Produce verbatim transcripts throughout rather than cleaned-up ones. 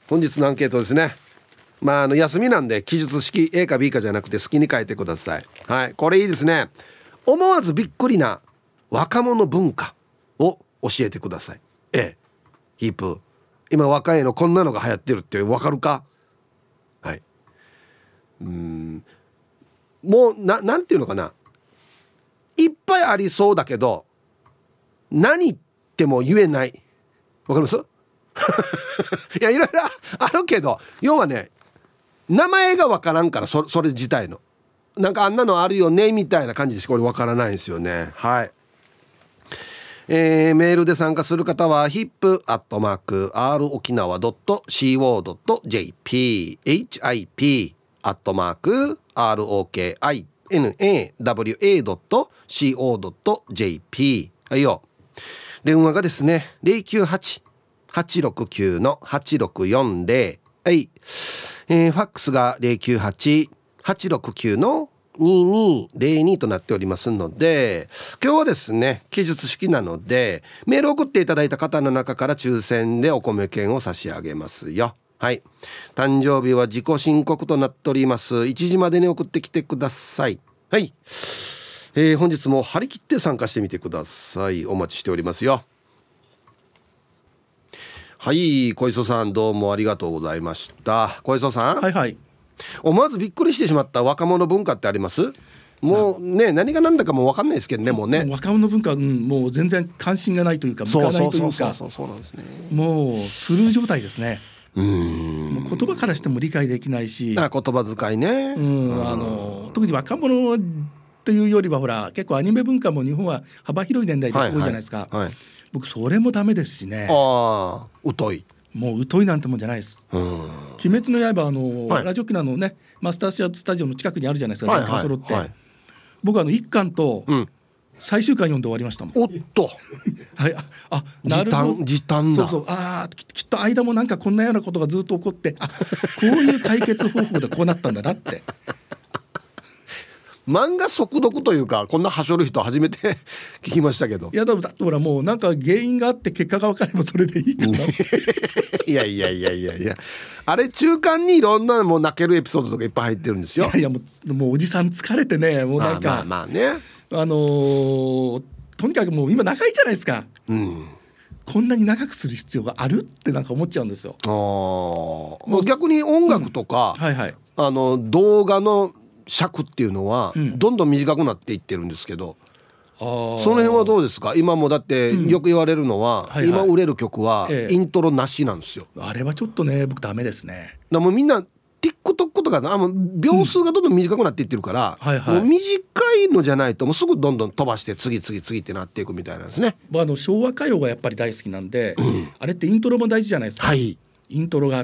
本日のアンケートですね。まあ、あの休みなんで記述式 A か B かじゃなくて好きに書いてください。はい、これいいですね。思わずびっくりな若者文化を教えてください。 A ヒープー、今若いのこんなのが流行ってるって分かるか。はい、うーんもうな、なんていうのかな、いっぱいありそうだけど何言っても言えない。わかりますいやいろいろあるけど、要はね、名前がわからんから、 そ, それ自体のなんかあんなのあるよねみたいな感じでしかこれわからないんですよね。はい、えー、メールで参加する方は ヒップ アットマーク アール 沖縄 ドット シーオー ドット ジェーピー ヒップ アットマーク アール オーケーアイエヌエーダブリューエー ドット シーオー ドット ジェーピー。 はいよ。電話がですね ゼロきゅうはち はちろくきゅう はちろくよんゼロ、はい、えー、ファックスが ゼロきゅうはち はちろくきゅう ににゼロに となっておりますので、今日はですね記述式なのでメールを送っていただいた方の中から抽選でお米券を差し上げますよ。はい、誕生日は自己申告となっております。いちじまでに送ってきてください。はい、えー、本日も張り切って参加してみてください。お待ちしておりますよ。はい、小磯さんどうもありがとうございました。小磯さん、 はいはい、 思わずびっくりしてしまった若者文化ってあります？もうね、何が何だかもう分かんないですけどね。もうね、 若者文化、うん、もう全然関心がないというか向かないというか、 そうそうなんですね。 もうスルー状態ですね。 うーん、 もう言葉からしても理解できないし、 あ、言葉遣いね、 うん、あの特に若者というよりはほら結構アニメ文化も日本は幅広い年代ですごいじゃないですか、はいはいはい、僕それもダメですしね。 ああ、疎い、 もう疎いなんてもんじゃないです。うん、鬼滅の刃あの、はい、ラジオ機能のねマスターシアスタジオの近くにあるじゃないですか、全巻揃って、はいはい、僕あのいっかんと最終巻読んで終わりましたもん。 おっとはい、ああ、なるほど、 時短だ。 そうそう、あき、きっと間もなんかこんなようなことがずっと起こって、あ、こういう解決方法でこうなったんだなって漫画速読というか、こんなはしょる人初めて聞きましたけど。 いやだってほらもうなんか原因があって結果が分かればそれでいいかないやいやいやいやいや、あれ中間にいろんなもう泣けるエピソードとかいっぱい入ってるんですよ。 いやいやもう、もうおじさん疲れてね、もうなんか、 まあまあまあね、 あのー、とにかくもう今長いじゃないですか、うん、こんなに長くする必要があるってなんか思っちゃうんですよ。あ、 もう逆に音楽とか、うん、はいはい、あの動画の尺っていうのはどんどん短くなっていってるんですけど、うん、あ、その辺はどうですか？今もだってよく言われるのは、うん、はいはい、今売れる曲はイントロなしなんですよ、 ええ、あれはちょっとね僕ダメですね。 だもうみんな TikTok とかあの秒数がどんどん短くなっていってるから、うん、はいはい、もう短いのじゃないともうすぐどんどん飛ばして次々次ってなっていくみたいなんですね。 あの昭和歌謡がやっぱり大好きなんで、うん、あれってイントロも大事じゃないですか、はい、イントロがあって、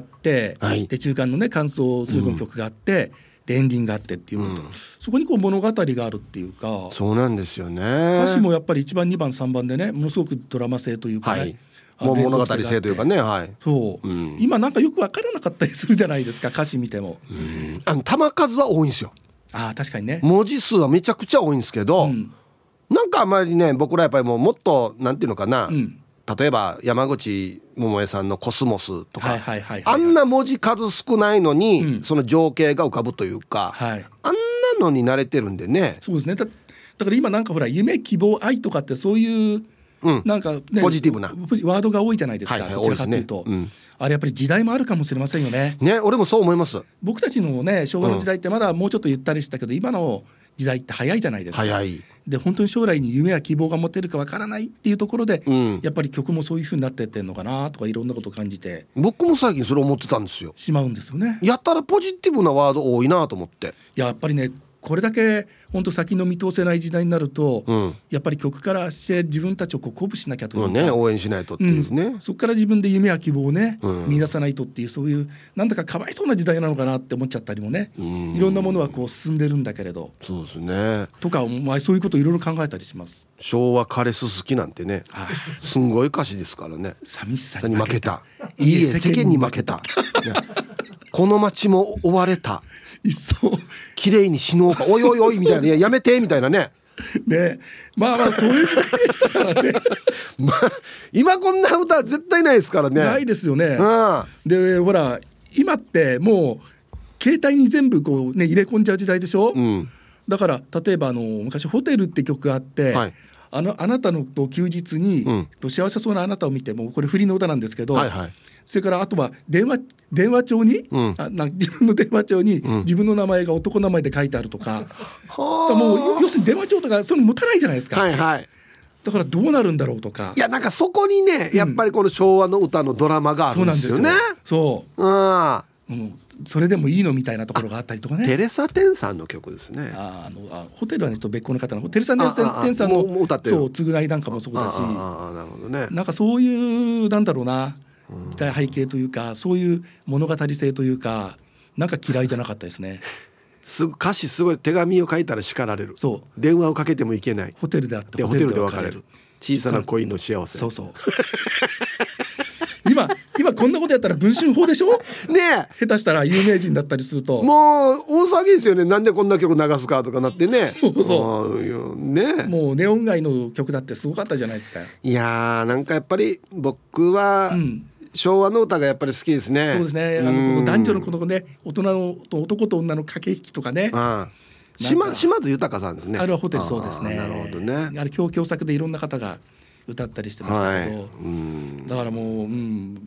はい、で中間のね間奏数分曲があって、うん、でエンディングがあってっていうこと、うん、そこにこう物語があるっていうか。 そうなんですよね。 歌詞もやっぱりいちばんにばんさんばんでねものすごくドラマ性というかね、はい、 もう物語性というかね、はい、 そう、うん、今なんかよく分からなかったりするじゃないですか、歌詞見ても。 うん、あの球数は多いんですよ。 あ、確かにね、 文字数はめちゃくちゃ多いんですけど、うん、なんかあまりね僕らやっぱりもうもっとなんていうのかな、うん、例えば山口百恵さんのコスモスとか、あんな文字数少ないのに、うん、その情景が浮かぶというか、はい、あんなのに慣れてるんでね。 そうですね。 だ, だから今なんかほら夢希望愛とかってそういう、うん、なんか、ね、 ポジティブなワードが多いじゃないですか、はいはい、どちらかというと、ね、うん、あれやっぱり時代もあるかもしれませんよね。 ね、俺もそう思います。 僕たちのね昭和の時代ってまだもうちょっとゆったりしたけど、うん、今の時代って早いじゃないですか。早いで本当に将来に夢や希望が持てるかわからないっていうところで、うん、やっぱり曲もそういう風になってってんのかなとかいろんなことを感じて、 僕も最近それ思ってたんですよ。 しまうんですよね。 やったらポジティブなワード多いなと思って。 いややっぱりねこれだけ本当先の見通せない時代になると、うん、やっぱり曲からして自分たちをこう鼓舞しなきゃというか、うんね、応援しないとっていうですね、うん、そこから自分で夢や希望をね、うん、見出さないとっていうそういうなんだかかわいそうな時代なのかなって思っちゃったりもね、うん、いろんなものはこう進んでるんだけれど、 そうですねとか、まあ、そういうことをいろいろ考えたりします。 昭和カレス好きなんてね、はあ、すんごい歌詞ですからね。 寂しさに負けた、 いいえ世間に負けたこの街も追われた、 いっそ綺麗に死のうかおいおいおいみたいな、やめてみたいなね、 ね、まあまあそういう時代でしたからねまあ今こんな歌は絶対ないですからね。 ないですよね、 うん、 でほら今ってもう携帯に全部こう、ね、入れ込んじゃう時代でしょ、うん、だから例えばあの昔ホテルって曲があって、はい、あのあなたの休日に、うん、幸せそうなあなたを見てもこれ振りの歌なんですけど、はいはい、それからあとは電話、電話帳に、うん、あな自分の電話帳に、うん、自分の名前が男の名前で書いてあるとか、だもう要するに電話帳とかそういうの持たないじゃないですか、はいはい、だからどうなるんだろうとか、 いやなんかそこにね、うん、やっぱりこの昭和の歌のドラマがあるんですよね。 そう、うん、それでもいいのみたいなところがあったりとかね。 テレサ・テンさんの曲ですね。 ああのあホテルはねと別個の方のテレサ・テンさんの歌ってそう償いなんかもそうだし、ああなるほどね、なんかそういうなんだろうな時代背景というかそういう物語性というかなんか嫌いじゃなかったですねす歌詞すごい手紙を書いたら叱られる、そう電話をかけてもいけない、 ホテルであってホテルで別れる、小さな恋の幸せ、 そうそう今, 今こんなことやったら文春法でしょねえ、下手したら有名人だったりするともう大騒ぎですよね。なんでこんな曲流すかとかなってね。そうそう、ね、 もうネオン街の曲だってすごかったじゃないですか。 いやーなんかやっぱり僕は、うん、昭和の歌がやっぱり好きですね。 そうですね、あのこの男女のこのね大人のと男と女の駆け引きとかね、ああ島津豊さんですね。 あれはホテルそうですね。 なるほどね。 あれ共作でいろんな方が歌ったりしてましたけど、はい、うんだからもう、うん、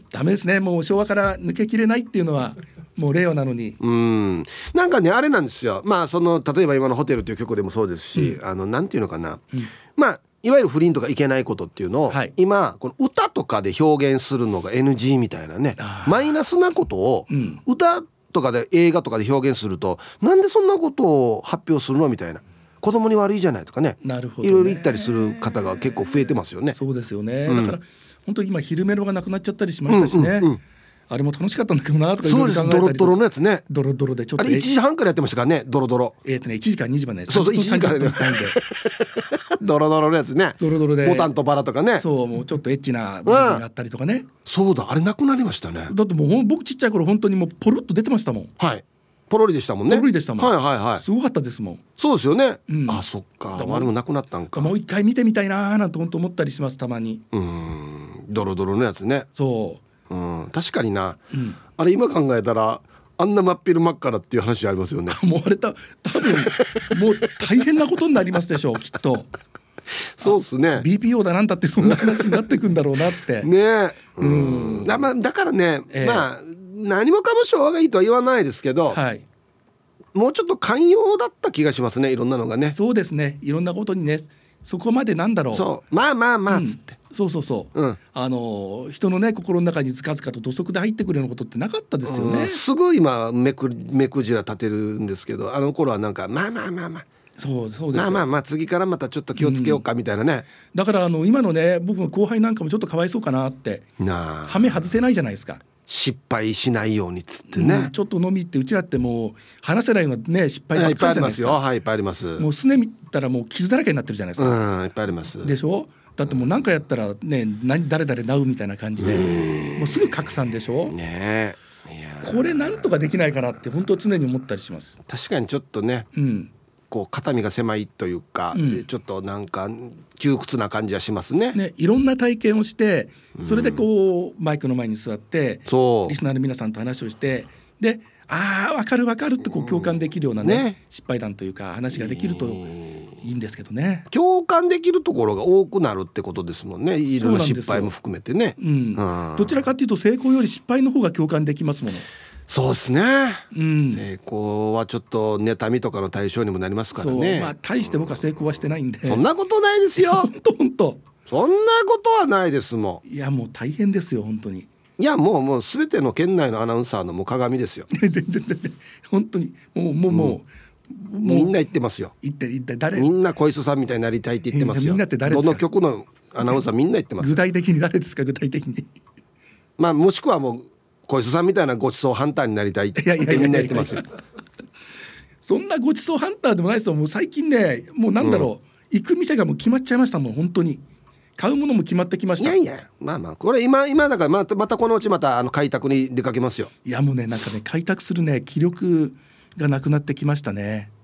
ダメですね。もう昭和から抜けきれないっていうのはもう令和なのに、 うんなんかねあれなんですよ。まあその例えば今のホテルという曲でもそうですし、うん、あのなんていうのかな、うん、まあいわゆる不倫とかいけないことっていうのを、はい、今この歌とかで表現するのが エヌジー みたいなね、マイナスなことを歌とかで映画とかで表現すると、なんでそんなことを発表するのみたいな、子供に悪いじゃないとかね、なるほどね、いろいろ言ったりする方が結構増えてますよね。 そうですよね、うん、だから本当に今昼メロがなくなっちゃったりしましたしね、うんうんうん、あれも楽しかったんだけどなとかいろいろ考えたりとか。 そうです、ドロドロのやつね。 ドロドロでちょっとあれいちじはんからやってましたからね、ドロドロ。 えっ、ー、とねいちじかんにじまでね、 そうそういちじからねドロドロのやつね、 ドロドロでボタンとバラとかね、 そうもうちょっとエッチな部分があったりとかね、うん、 そうだあれなくなりましたね。 だってもう僕ちっちゃい頃本当にもうポロッと出てましたもん。 はい、ポロリでしたもんね。 ポロリでしたもん。 はいはいはい。 すごかったですもん。 そうですよね。うん、あそっか。 あれもなくなったんか。 もう一回見てみたいなーなんて本当思ったりしますたまに。 うん。ドロドロのやつね。 そう。 うん。確かにな。うん、あれ今考えたらあんな真っ昼真っからっていう話ありますよね。 もうあれた多分もう大変なことになりますでしょうきっと。 そうですね。 ビーピーオー だなんだってそんな話になってくんだろうなって。 ね。うん。だまだからね、えー、まあ何もかも昭和がいいとは言わないですけど。はい。もうちょっと寛容だった気がしますね、いろんなのがね。 そうですね、いろんなことにねそこまでなんだろう、 そうまあまあまあっつって、 うん、そうそうそう、うん、あの人のね心の中にずかずかと土足で入ってくるようなことってなかったですよね。 すぐ今目く目くじら立てるんですけど、あの頃はなんかまあまあまあまあそうそうですよ、 まあまあまあ次からまたちょっと気をつけようかみたいなね、うん、 だからあの今のね僕の後輩なんかもちょっとかわいそうかなってな、ハメ外せないじゃないですか。 失敗しないようにっつってね、うん、 ちょっと飲みってうちらってもう話せないようなね失敗ばっかりじゃないですか。 はい、いっぱいありますよ。はい、いっぱいあります。 もうすね見たらもう傷だらけになってるじゃないですか。 うん、いっぱいあります。 でしょ。だってもう何かやったらね何誰々なうみたいな感じでもうすぐ拡散でしょ。ねえ、いやこれなんとかできないかなって本当常に思ったりします。 確かにちょっとね、うん、こう肩身が狭いというか、うん、ちょっとなんか窮屈な感じはします ね, ねいろんな体験をしてそれでこう、うん、マイクの前に座ってリスナーの皆さんと話をしてでああ分かる分かるってこう共感できるような、ねね、失敗談というか話ができるといいんですけどね。 共感できるところが多くなるってことですもんね。いろんな失敗も含めてね、うんうん、どちらかというと成功より失敗の方が共感できますもの。 そうですね、うん、成功はちょっと妬みとかの対象にもなりますからね。そう、 まあ、大して僕は成功はしてないんで、 うん、そんなことないですよ本当本当そんなことはないですもん。 いやもう大変ですよ本当に。 いやもうもう全ての県内のアナウンサーのもう鏡ですよ全然全然本当にもうもうもう、うん、みんな言ってますよ。 言って言って誰みんな小磯さんみたいになりたいって言ってますよ。 みんなって誰ですか。 どの局のアナウンサーみんな言ってます。 具体的に誰ですか具体的にまあもしくはもう小磯さんみたいなごちそうハンターになりたいってみんな言ってますよ。 そんなごちそうハンターでもないですよ。もう最近ねもうなんだろう、うん、行く店がもう決まっちゃいましたもん本当に。買うものも決まってきました。 いやいやまあまあこれ今今だからまたまたこのうちまたあの開拓に出かけますよ。 いやもうねなんかね開拓するね気力がなくなってきましたね。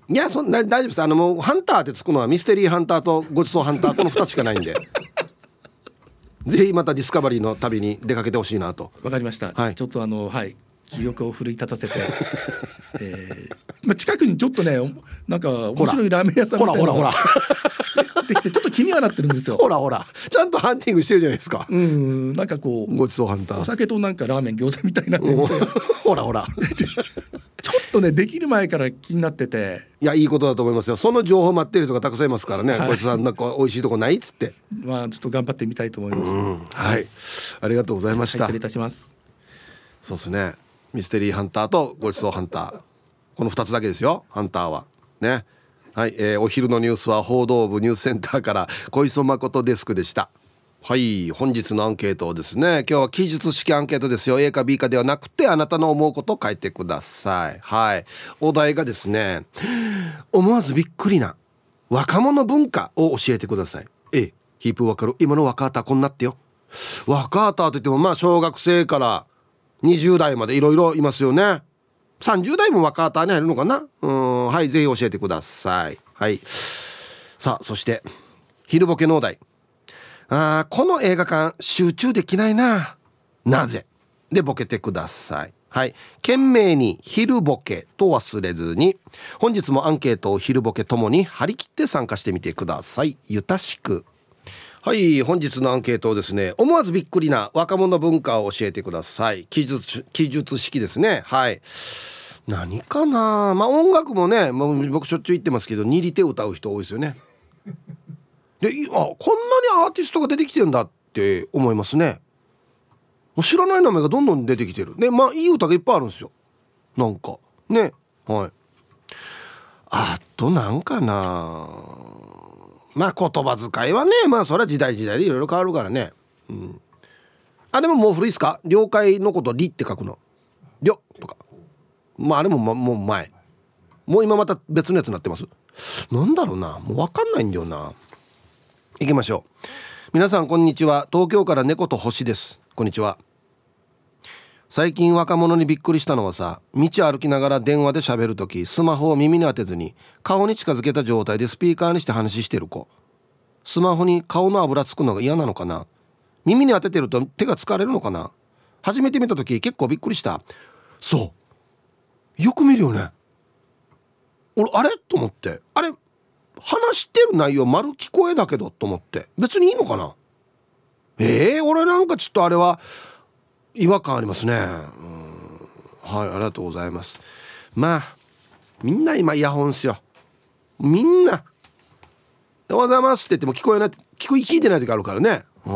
いやそんな大丈夫です。あのもうハンターってつくのはミステリーハンターとごちそうハンターこのふたつしかないんでぜひまたディスカバリーの旅に出かけてほしいなと。 わかりました、 はい、 ちょっとあのはい記憶を奮い立たせて、えーまあ、近くにちょっとねなんか面白いラーメン屋さんみたいなほらほらほらできてちょっと気にはなってるんですよほらほらちゃんとハンティングしてるじゃないですか。 うんなんかこうごちそうハンターお酒となんかラーメン餃子みたいな、ね、 ほらほらちょっとねできる前から気になってて。 いやいいことだと思いますよ。その情報待ってる人がたくさんいますからね、はい、こいつさんなんか美味しいとこないっつってまあちょっと頑張ってみたいと思います、うん、 はいありがとうございました、 はい、失礼いたします。 そうですねミステリーハンターとごちそうハンターこのふたつだけですよハンターはね。はい、えー、お昼のニュースは報道部ニュースセンターから小磯誠デスクでした。はい、本日のアンケートをですね、今日は記述式アンケートですよ。 A か B かではなくてあなたの思うことを書いてください。はい、お題がですね、思わずびっくりな若者文化を教えてください。えヒープわかる今の若ーこんなってよ。若ーといってもまあ小学生からにじゅう代までいろいろいますよね。さんじゅう代も若ーに入るのかな。うん、はい、ぜひ教えてください。はい、さあそして昼ボケのお題、あこの映画館集中できないななぜでボケてください。はい、懸命に昼ボケと忘れずに本日もアンケートを昼ボケともに張り切って参加してみてください。ゆたしく。はい、本日のアンケートをですね、思わずびっくりな若者文化を教えてください。記述記述式ですね。はい、何かな。まあ音楽もね、もう僕しょっちゅう言ってますけど握り手歌う人多いですよね。であこんなにアーティストが出てきてるんだって思いますね。もう知らない名前がどんどん出てきてる。でまあいい歌がいっぱいあるんですよなんかね。はい、あとなんかな、まあ言葉遣いはね、まあそれは時代時代でいろいろ変わるからね。うん、あでももう古いっすか。了解のことりって書くのりょとか、まああれも、ま、もう前もう今また別のやつになってます。なんだろうな、もう分かんないんだよな。行きましょう。皆さんこんにちは。東京から猫と星です。こんにちは。最近若者にびっくりしたのはさ、道歩きながら電話で喋るときスマホを耳に当てずに顔に近づけた状態でスピーカーにして話してる子。スマホに顔の油つくのが嫌なのかな。耳に当ててると手が疲れるのかな。初めて見たとき結構びっくりした。そうよく見るよね。俺あれと思って、あれ話してる内容丸聞こえだけどと思って、別にいいのかな。えー、俺なんかちょっとあれは違和感ありますね。うん、はい、ありがとうございます。まあみんな今イヤホンっすよ。みんなおはようございますって言っても聞こえない、聞く聞いてない時あるからね。うん、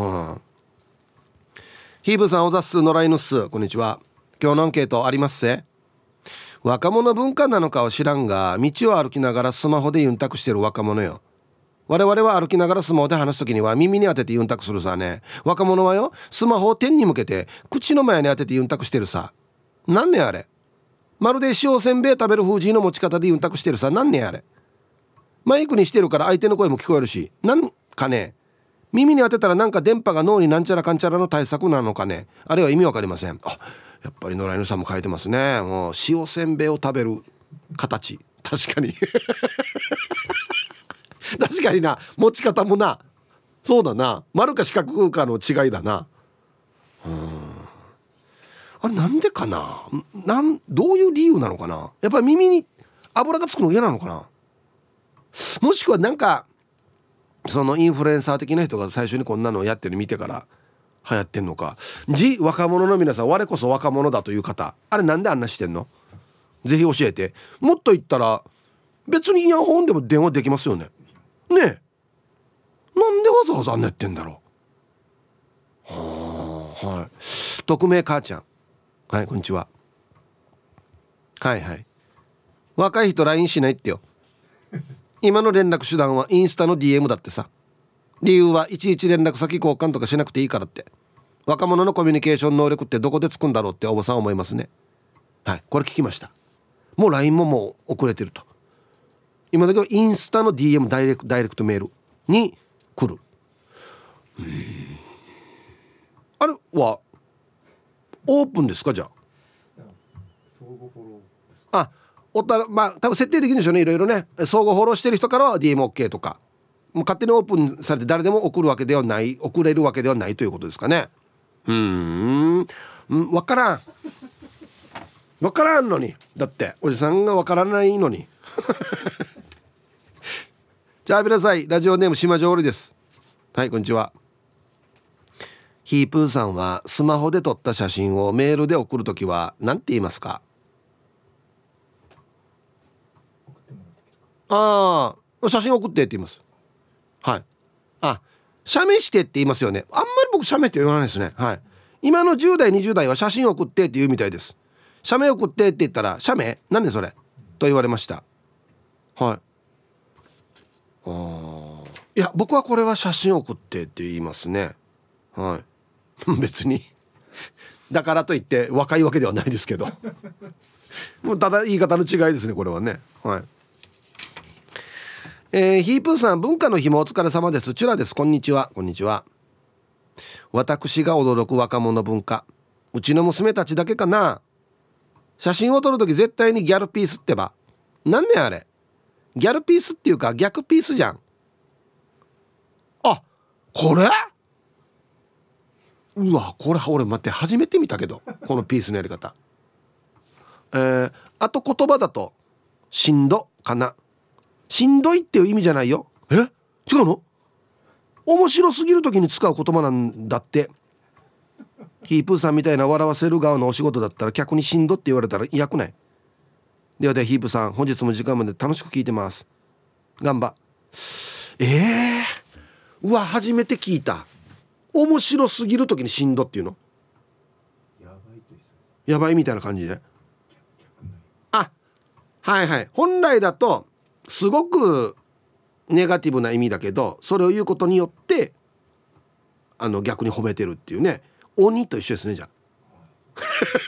ヒーブさんおざっす野良犬っす。こんにちは。今日のアンケートありますせ。若者文化なのかは知らんが、道を歩きながらスマホでユンタクしてる若者よ。我々は歩きながらスマホで話すときには耳に当ててユンタクするさね。若者はよ、スマホを天に向けて口の前に当ててユンタクしてるさ。なんねあれ。まるで塩せんべい食べる風神の持ち方でユンタクしてるさ。なんねあれ。マイクにしてるから相手の声も聞こえるし、なんかね、耳に当てたらなんか電波が脳になんちゃらかんちゃらの対策なのかね。あれは意味わかりません。あ、やっぱり野良犬さんも書いてますね。もう塩せんべいを食べる形、確かに確かにな、持ち方もな、そうだな、丸か四角かの違いだな。うん、あれなんでかな、なんどういう理由なのかな。やっぱり耳に油がつくの嫌なのかな。もしくはなんかそのインフルエンサー的な人が最初にこんなのをやってるの見てから流行ってんのか。じ若者の皆さん、我こそ若者だという方、あれなんであんなしてんの。ぜひ教えて。もっと言ったら別にイヤホンでも電話できますよね。ねえ、なんでわざわざあんなやってんだろう。はあ、はい。匿名母ちゃん、はい、こんにちは。はいはい、若い人 ライン しないってよ。今の連絡手段はインスタの ディーエム だってさ。理由はいちいち連絡先交換とかしなくていいからって。若者のコミュニケーション能力ってどこでつくんだろうっておばさん思いますね。はい、これ聞きました。もう ライン ももう遅れてると。今だけはインスタの ディーエム ダイレクトダイレクトメールに来る。うーん、あれはオープンですか。じゃああおたまあ多分設定できるんでしょうね、いろいろね。相互フォローしてる人からは ディーエムオーケー とか、もう勝手にオープンされて誰でも送るわけではない、送れるわけではないということですかね。うーん、うん分からん分からんのに、だっておじさんが分からないのにじゃあ皆さん、ラジオネーム島上織です。はい、こんにちは。ヒープーさんはスマホで撮った写真をメールで送るときは何て言いますか？ああ、写真送ってって言います。はい。あ、写メしてって言いますよね。あんまり僕写メって言わないですね。はい。今のじゅう代にじゅう代は写真送ってって言うみたいです。写メ送ってって言ったら、写メ何でそれと言われました。はい。あ、いや僕はこれは写真送ってって言いますね。はい別にだからといって若いわけではないですけどもうただ言い方の違いですね、これはね。はい。えー、ヒープーさん、文化の日もお疲れ様です。チュラです。こんにちは。こんにちは。私が驚く若者文化、うちの娘たちだけかな。写真を撮るとき絶対にギャルピースってば、なんねあれ。ギャルピースっていうか逆ピースじゃん。あ、これうわ、これ俺待って初めて見たけど、このピースのやり方。えー、あと言葉だとしんどかな。しんどいっていう意味じゃないよ。え、違うの？面白すぎる時に使う言葉なんだって。ヒープーさんみたいな笑わせる側のお仕事だったら客にしんどって言われたら嫌くない？ではではヒープさん、本日も時間まで楽しく聞いてます。ガンバ。えー、うわ初めて聞いた。面白すぎる時にしんどっていうの、やばいとやばいみたいな感じで、あ、はいはい。本来だとすごくネガティブな意味だけど、それを言うことによってあの逆に褒めてるっていうね。鬼と一緒ですね、じゃあ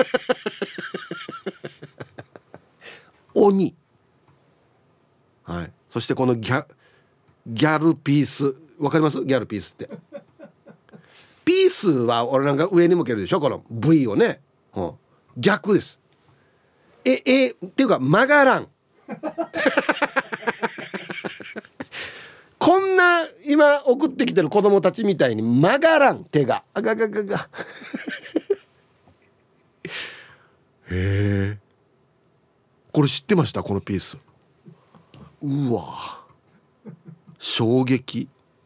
鬼。はい。そしてこのギャギャルピース、わかります？ギャルピースってピースは俺なんか上に向けるでしょ、この V をね、うん、逆です。ええっていうか曲がらんこんな今送ってきてる子供たちみたいに曲がらん、手があががががへえ、これ知ってました？このピース。うわ衝撃。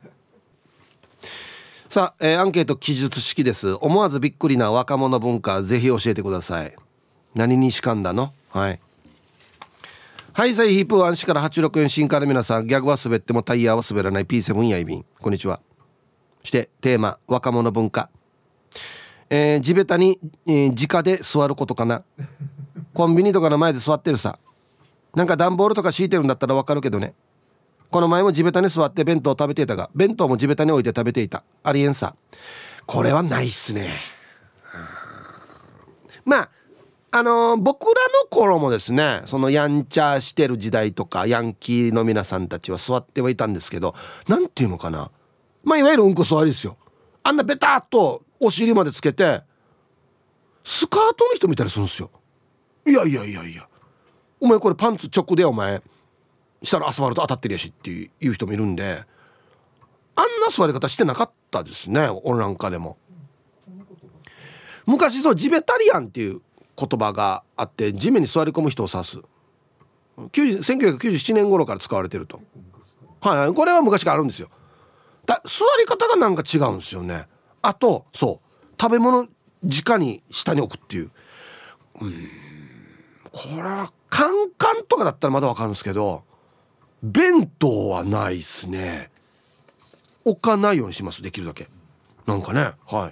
さあ、えー、アンケート記述式です。思わずびっくりな若者文化、ぜひ教えてください。何にしかんだの？はいはい、サイヒープーアンシからはちじゅうろくえん新から皆さん、ギャグは滑ってもタイヤは滑らない ピーセブン やいびん、こんにちは。してテーマ若者文化、えー、地べたに、えー、直で座ることかな。コンビニとかの前で座ってるさ、なんか段ボールとか敷いてるんだったらわかるけどね。この前も地べたに座って弁当を食べていたが、弁当も地べたに置いて食べていた。ありえんさ。これはないっすね。まああのー、僕らの頃もですね、そのやんちゃしてる時代とかヤンキーの皆さんたちは座ってはいたんですけど、なんていうのかな、まあいわゆるうんこ座りですよ。あんなベターっとお尻までつけてスカートの人見たりするんですよ。いやいやいやいや、お前これパンツ直でお前したらアスファルト当たってるやしっていう人もいるんで、あんな座り方してなかったですね、俺なんかでも。昔そうジベタリアンっていう言葉があって、地面に座り込む人を指す。せんきゅうひゃくきゅうじゅうななねん頃から使われてると。はい、これは昔からあるんですよ。だ座り方がなんか違うんですよね。あとそう食べ物直に下に置くっていう、うーん、これはカンカンとかだったらまだわかるんですけど、弁当はないですね。置かないようにします、できるだけ。なんかね、はい。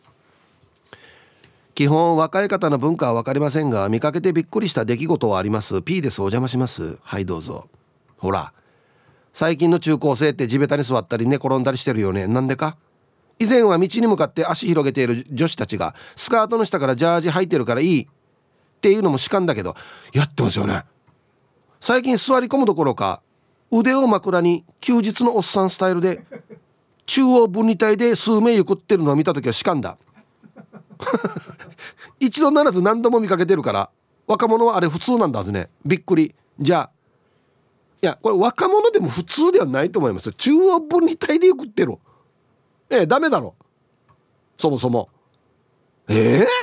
基本若い方の文化は分かりませんが、見かけてびっくりした出来事はあります。 P です。お邪魔します。はいどうぞ。ほら最近の中高生って地べたに座ったり寝転んだりしてるよね。なんでか。以前は道に向かって足広げている女子たちがスカートの下からジャージ履いてるからいいっていうのも主観だけど、やってますよね。最近座り込むどころか腕を枕に休日のおっさんスタイルで中央分離帯で数名ゆくってるのを見たときは主観だ一度ならず何度も見かけてるから若者はあれ普通なんだはずね。びっくり。じゃあいやこれ若者でも普通ではないと思いますよ。中央分離帯で食ってる。えー、ダメだろそもそも。えー、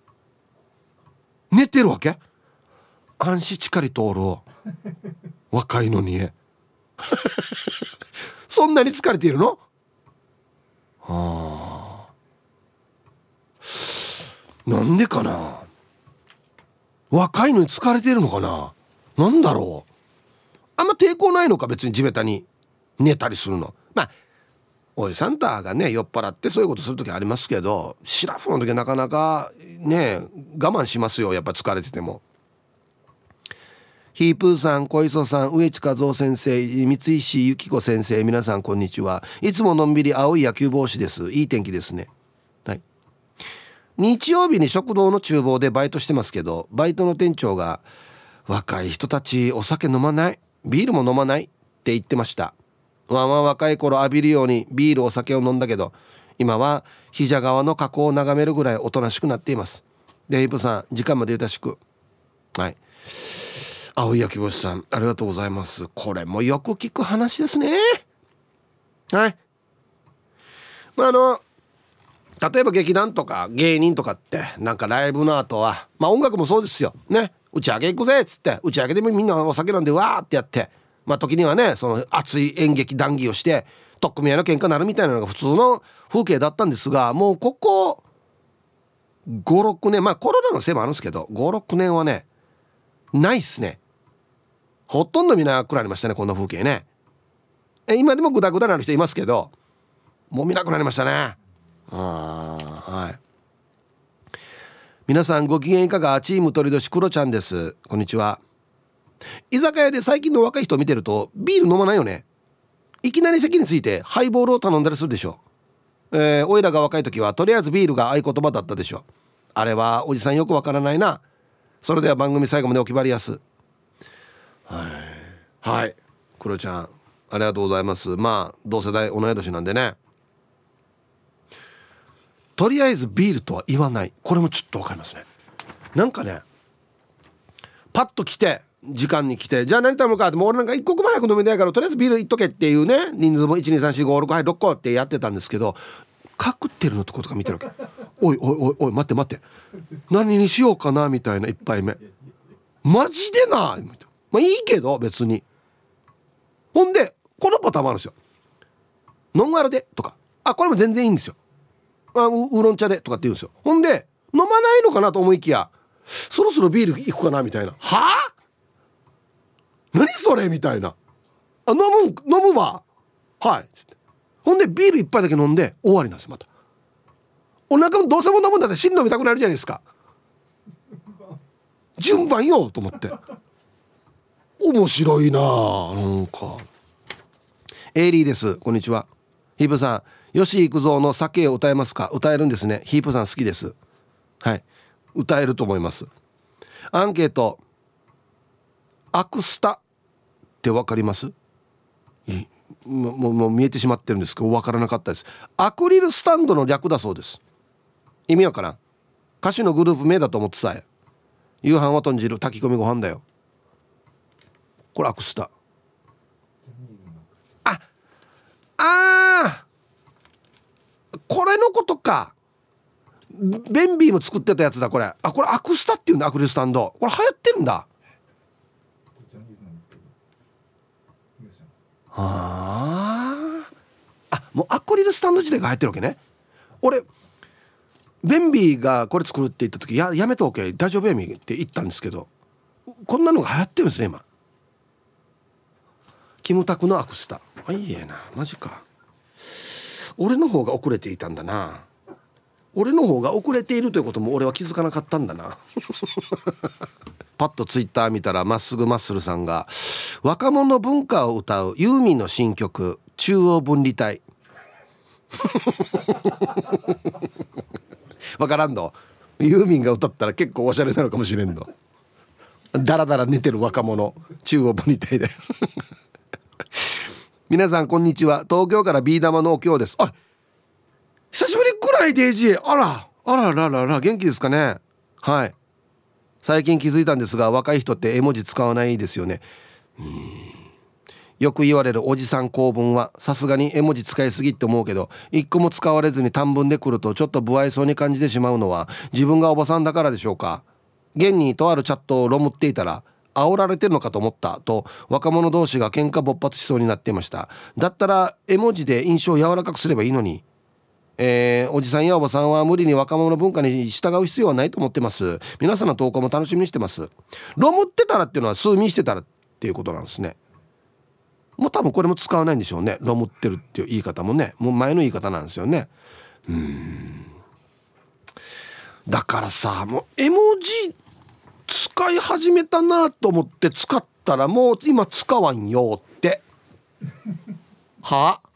寝てるわけ。暗視ちかり通る若いのにそんなに疲れているの。はあ、なんでかな。若いのに疲れてるのかな。なんだろう。あんま抵抗ないのか別に地べたに寝たりするの。まあおじさんたがね酔っ払ってそういうことする時ありますけど、シラフの時はなかなかね我慢しますよ、やっぱ疲れてても。ヒープーさん、小磯さん、植地和夫先生、三石由紀子先生、皆さんこんにちは。いつものんびり青い野球帽子です。いい天気ですね。はい。日曜日に食堂の厨房でバイトしてますけど、バイトの店長が若い人たちお酒飲まない、ビールも飲まないって言ってました。わんわん若い頃浴びるようにビールお酒を飲んだけど、今は膝側の河口を眺めるぐらいおとなしくなっています。でヒープさん、時間までよろしく。はい、青い焼き星さんありがとうございます。これもよく聞く話ですね。はい、まあ、あの例えば劇団とか芸人とかってなんかライブの後は、まあ音楽もそうですよね。打ち上げ行くぜっつって打ち上げでもみんなお酒飲んでわーってやって、まあ時にはねその熱い演劇談義をして取っ組み合いの喧嘩になるみたいなのが普通の風景だったんですが、もうここごろくねん、まあコロナのせいもあるんですけどごろくねんはねないっすね。ほとんど見なくなりましたね、こんな風景ね。え今でもグダグダなる人いますけどもう見なくなりましたね。あ、はい、皆さんご機嫌いかが。チーム鳥年クロちゃんです。こんにちは。居酒屋で最近の若い人を見てるとビール飲まないよね。いきなり席についてハイボールを頼んだりするでしょ。えー、おいらが若い時はとりあえずビールが合言葉だったでしょ。あれはおじさんよくわからないな。それでは番組最後までお決まりやす。はい、はい、クロちゃんありがとうございます。まあ同世代同い年なんでね。とりあえずビールとは言わない、これもちょっとわかりますね。なんかねパッと来て時間に来てじゃあ何頼むかって、もう俺なんか一刻も早く飲みたいからとりあえずビールいっとけっていうね、人数もいちにさんしごろくはいろっこってやってたんですけど、カクテルのとことか見てるわけ。おいおいおいおい待って待って何にしようかなみたいな。一杯目マジでな、まあいいけど別に。ほんでこのパターンもあるんですよ。ノンアルでとか、あこれも全然いいんですよ。あ ウ, ウーロン茶でとかって言うんですよ。ほんで飲まないのかなと思いきやそろそろビールいくかなみたいな。はあ何それみたいな。あ飲む飲むわはいつって、ほんでビール一杯だけ飲んで終わりなんですよ。またお腹もどうせも飲むんだって芯飲みたくなるじゃないですか。順番よと思って面白いな。なんかエイリーです。こんにちは。ヒープさん、吉幾三の酒を歌えますか。歌えるんですね。ヒープさん好きです。はい、歌えると思います。アンケート、アクスタって分かります？もう、もう、もう見えてしまってるんですけど分からなかったです。アクリルスタンドの略だそうです。意味わからん。歌手のグループ名だと思ってさえ。夕飯は豚汁、炊き込みご飯だよ。これアクスタ。ああーこれのことか。ベンビーも作ってたやつだこれ。あこれアクスタっていうんだ。アクリルスタンドこれ流行ってるんだ。はあ、あもうアクリルスタンド時代が流行ってるわけね。俺ベンビーがこれ作るって言った時 や, やめておけ大丈夫やみって言ったんですけど、こんなのが流行ってるんですね今。キムタクのアクスタ。あいいえなマジか。俺の方が遅れていたんだな。俺の方が遅れているということも俺は気づかなかったんだなパッとツイッター見たらまっすぐマッスルさんが若者文化を歌うユーミンの新曲中央分離帯わからんの。ユーミンが歌ったら結構おしゃれなのかもしれんの。だらだら寝てる若者中央分離帯で皆さんこんにちは。東京からビー玉のお京です。あ久しぶりくらいデイジー。あらあらららら元気ですかね。はい最近気づいたんですが、若い人って絵文字使わないですよね。うーん、よく言われるおじさん構文はさすがに絵文字使いすぎって思うけど、一個も使われずに短文で来るとちょっと不愛想に感じてしまうのは自分がおばさんだからでしょうか。現にとあるチャットをロムっていたら、煽られてるのかと思ったと若者同士が喧嘩勃発しそうになっていました。だったら絵文字で印象を柔らかくすればいいのに。えー、おじさんやおばさんは無理に若者文化に従う必要はないと思ってます。皆さんの投稿も楽しみにしてます。ロムってたらっていうのは数ミしてたらっていうことなんですね。もう多分これも使わないんでしょうね。ロムってるっていう言い方もね、もう前の言い方なんですよね。うーん、だからさ、もう絵文字使い始めたなと思って使ったらもう今使わんよってはあ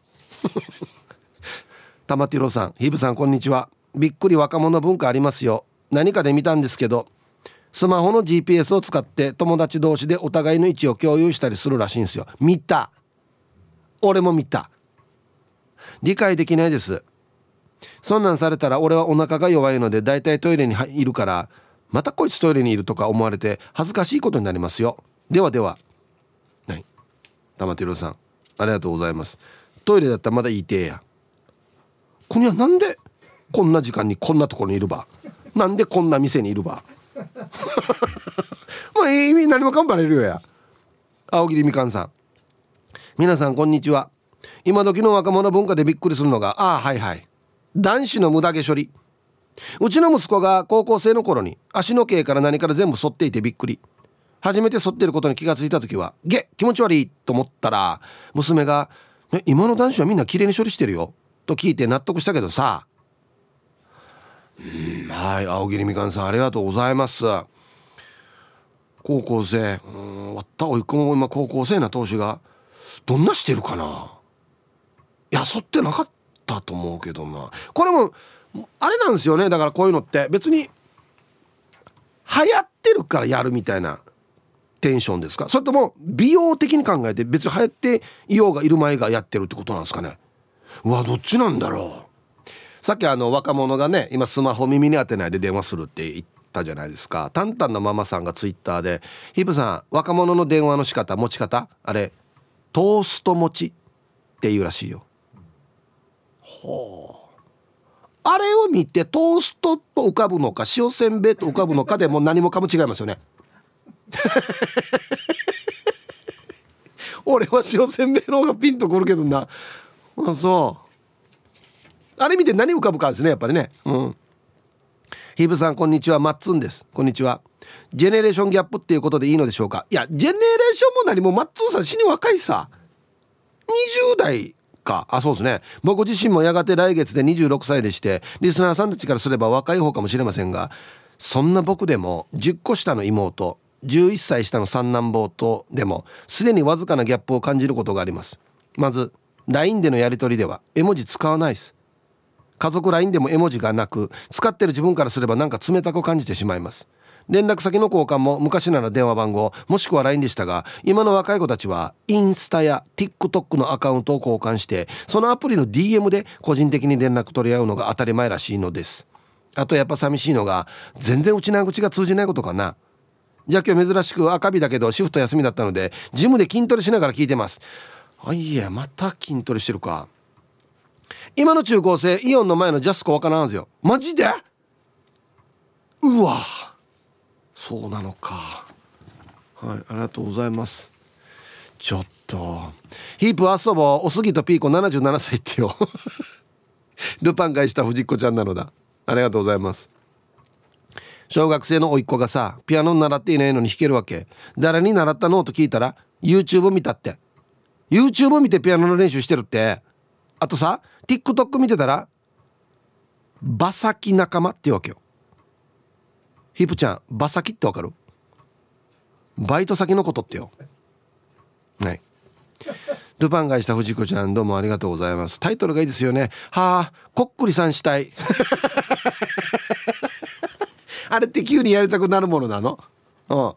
玉ティロさん、ヒブさん、こんにちは。びっくり若者文化ありますよ。何かで見たんですけど、スマホの ジーピーエス を使って友達同士でお互いの位置を共有したりするらしいんですよ。見た。俺も見た。理解できないです。そんなんされたら俺はお腹が弱いのでだいたいトイレにいるから、またこいつトイレにいるとか思われて恥ずかしいことになりますよ。ではでは。はい、玉ティロさん、ありがとうございます。トイレだったらまだいいてや。こにはなんでこんな時間にこんなところにいるば、なんでこんな店にいるばまあ意味何もかんばれるよや。青桐みかんさん、皆さんこんにちは。今時の若者文化でびっくりするのが、ああはいはい、男子の無駄毛処理。うちの息子が高校生の頃に足の毛から何から全部剃っていてびっくり。初めて剃っていることに気がついた時はゲッ気持ち悪いと思ったら、娘が今の男子はみんな綺麗に処理してるよと聞いて納得したけどさ。うーん、はい、青桐みかんさん、ありがとうございます。高校生、うーん、わったおいっ子も今高校生な投資がどんなしてるかな。いや、剃ってなかったと思うけどな。これもあれなんですよね。だからこういうのって別に流行ってるからやるみたいなテンションですか、それとも美容的に考えて別に流行っていようがいる前がやってるってことなんですかね。うわ、どっちなんだろう。さっきあの若者がね、今スマホ耳に当てないで電話するって言ったじゃないですか。タンタンのママさんがツイッターで、ヒブさん、若者の電話の仕方、持ち方、あれトースト持ちっていうらしいよ。ほう、あれを見てトーストと浮かぶのか塩せんべいと浮かぶのかでもう何もかも違いますよね俺は塩せんべいの方がピンとくるけどな。あ、そう、あれ見て何浮かぶかですね、やっぱりね。うん。ヒブさん、こんにちは。マッツンです。こんにちは。ジェネレーションギャップっていうことでいいのでしょうか。いや、ジェネレーションも何もマッツンさん死に若いさ、にじゅう代か。あ、そうですね。僕自身もやがて来月でにじゅうろくさいでして、リスナーさんたちからすれば若い方かもしれませんが、そんな僕でもじゅっこ下の妹、じゅういっさい下の三男坊とでもすでにわずかなギャップを感じることがあります。まず ライン でのやり取りでは絵文字使わないです。家族 ライン でも絵文字がなく、使ってる自分からすればなんか冷たく感じてしまいます。連絡先の交換も昔なら電話番号もしくは ライン でしたが、今の若い子たちはインスタや TikTok のアカウントを交換して、そのアプリの ディーエム で個人的に連絡取り合うのが当たり前らしいのです。あとやっぱ寂しいのが全然うちな口が通じないことかな。じゃあ今日珍しく赤日だけどシフト休みだったのでジムで筋トレしながら聞いてます。あ、いや、また筋トレしてるか。今の中高生イオンの前のジャスコわからんはずよ。マジで？うわ、そうなのか。はい、ありがとうございます。ちょっとヒープ遊ぼう、おすぎとピーコななじゅうななさいってよルパン返した藤子ちゃんなのだ。ありがとうございます。小学生の甥っ子がさ、ピアノに習っていないのに弾けるわけ。誰に習ったのと聞いたら YouTube 見たって。 YouTube 見てピアノの練習してるって。あとさ TikTok 見てたらバサキ仲間っていうわけよ。ヒープちゃん、バサキってわかる？バイト先のことってよ。はい。ルパンがした藤子ちゃん、どうもありがとうございます。タイトルがいいですよね。はあ、こっくりさんしたいあれって急にやりたくなるものなの？うん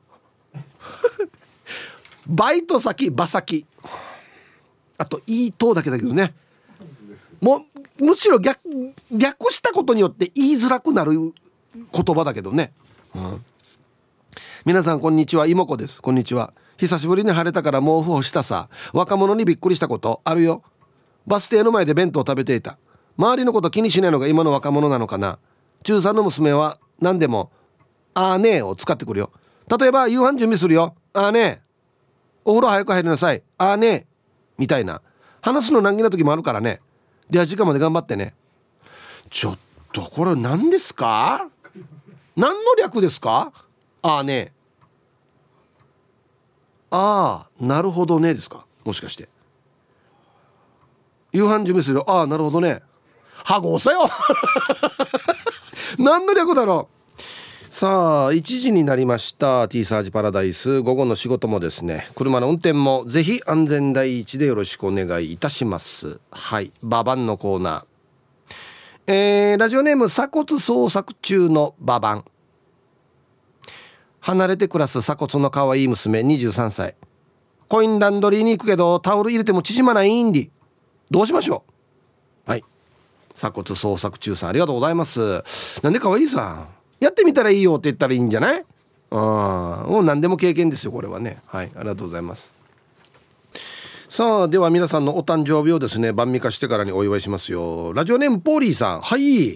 バイト先バサキ、あといいとだけだけどね。もうむしろ 逆, 逆したことによって言いづらくなる言葉だけどね。うん、 皆さんこんにちは、いもこです。こんにちは。久しぶりに晴れたから毛布をしたさ。若者にびっくりしたことあるよ。バス停の前で弁当を食べていた。周りのこと気にしないのが今の若者なのかな。中さんの娘は何でもあーねーを使ってくるよ。例えば夕飯準備するよ、あーねー。お風呂早く入りなさい、あーねー。みたいな。話すの難儀な時もあるからね。では時間まで頑張ってね。ちょっとこれ何ですか？何の略ですか？あーねー。ああなるほどねですか？もしかして夕飯準備するよ、ああなるほどね。はごさよ何の略だろう。さあいちじになりました。 T サージパラダイス、午後の仕事もですね、車の運転もぜひ安全第一でよろしくお願いいたします。はい、ババンのコーナー、えー、ラジオネーム鎖骨捜索中のババン。離れて暮らす鎖骨の可愛い娘にじゅうさんさい。コインランドリーに行くけどタオル入れても縮まないんでどうしましょう。はい、鎖骨捜索中さんありがとうございます。なんで可愛いさんやってみたらいいよって言ったらいいんじゃない？あもう何でも経験ですよこれはね。はい、ありがとうございます。さあでは皆さんのお誕生日をですね晩御飯してからにお祝いしますよ。ラジオネームポーリーさん。はい、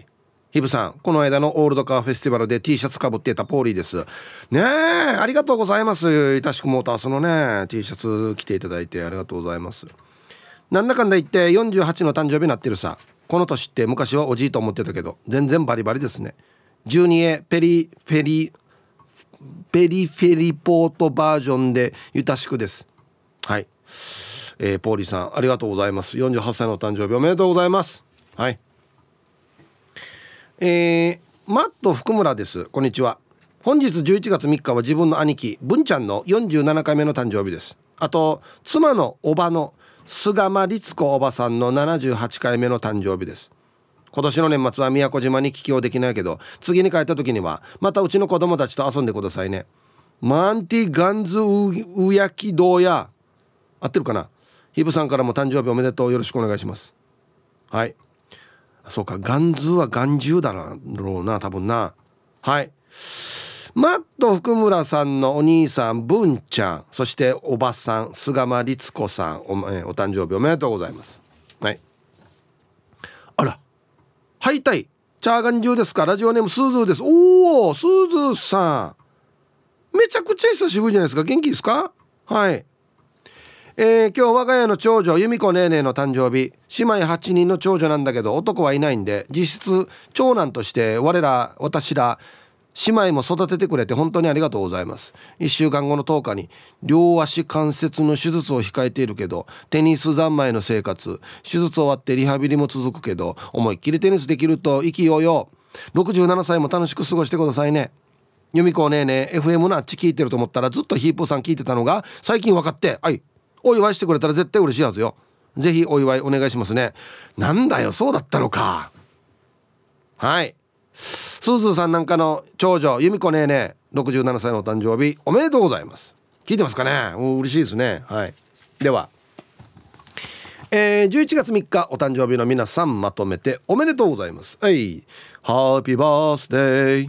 ヒブさん、この間のオールドカーフェスティバルで T シャツかぶっていたポーリーですね。えありがとうございます。いたしくモータースのね T シャツ着ていただいてありがとうございます。なんだかんだ言ってよんじゅうはちの誕生日になってるさ。この年って昔はおじいと思ってたけど全然バリバリですね。 じゅうにエー ペリフェリペリフェリポートバージョンでゆたしくです。はい、えー、ポーリーさんありがとうございます。よんじゅうはっさいのお誕生日おめでとうございます。はい、えー、マット福村です。こんにちは。本日じゅういちがつみっかは自分の兄貴文ちゃんのよんじゅうななかいめの誕生日です。あと妻のおばの菅間律子おばさんのななじゅうはちかいめの誕生日です。今年の年末は宮古島に帰郷できないけど次に帰った時にはまたうちの子供たちと遊んでくださいね。マンティガンズウヤキドーヤ合ってるかな。ヒブさんからも誕生日おめでとう、よろしくお願いします。はい、そうかガンズは眼中だろうな多分な。はい、マット福村さんのお兄さん文ちゃん、そしておばさん菅間律子さん お,、えー、お誕生日おめでとうございます。はい、あらはいたいチャーガン中ですか。ラジオネームスーズーです。おおスーズーさんめちゃくちゃ久しぶりじゃないですか。元気ですか？はい、えー、今日我が家の長女由美子ねえねえの誕生日。姉妹はちにんの長女なんだけど男はいないんで実質長男として我ら私ら姉妹も育ててくれて本当にありがとうございます。いっしゅうかんごのとおかに両足関節の手術を控えているけどテニス三昧の生活。手術終わってリハビリも続くけど思いっきりテニスできると意気揚々。ろくじゅうななさいも楽しく過ごしてくださいね。由美子ねえねえ エフエム のあっち聞いてると思ったらずっとヒープーさん聞いてたのが最近分かって、はいお祝いしてくれたら絶対嬉しいはずよ。ぜひお祝いお願いしますね。なんだよそうだったのか。はい、スーズーさんなんかの長女由美子ねえねえろくじゅうななさいのお誕生日おめでとうございます。聞いてますかね。嬉しいですね。はい、では、えー、じゅういちがつみっかお誕生日の皆さんまとめておめでとうございます。はい、ハッピーバースデー。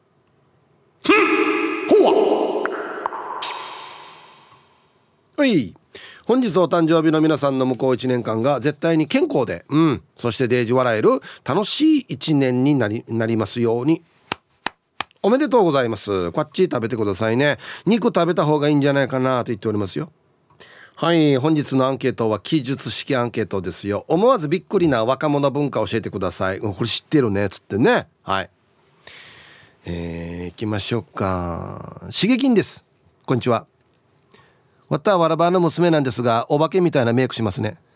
ほわはい、本日お誕生日の皆さんの向こういちねんかんが絶対に健康で、うん、そしてデージ笑える楽しいいちねんになり、なりますように。おめでとうございます。こっち食べてくださいね。肉食べた方がいいんじゃないかなと言っておりますよ。はい、本日のアンケートは記述式アンケートですよ。思わずびっくりな若者文化教えてください。これ知ってるねつってね。はい、えー、行きましょうか。しげきんです。こんにちは。わたわらばの娘なんですがお化けみたいなメイクしますね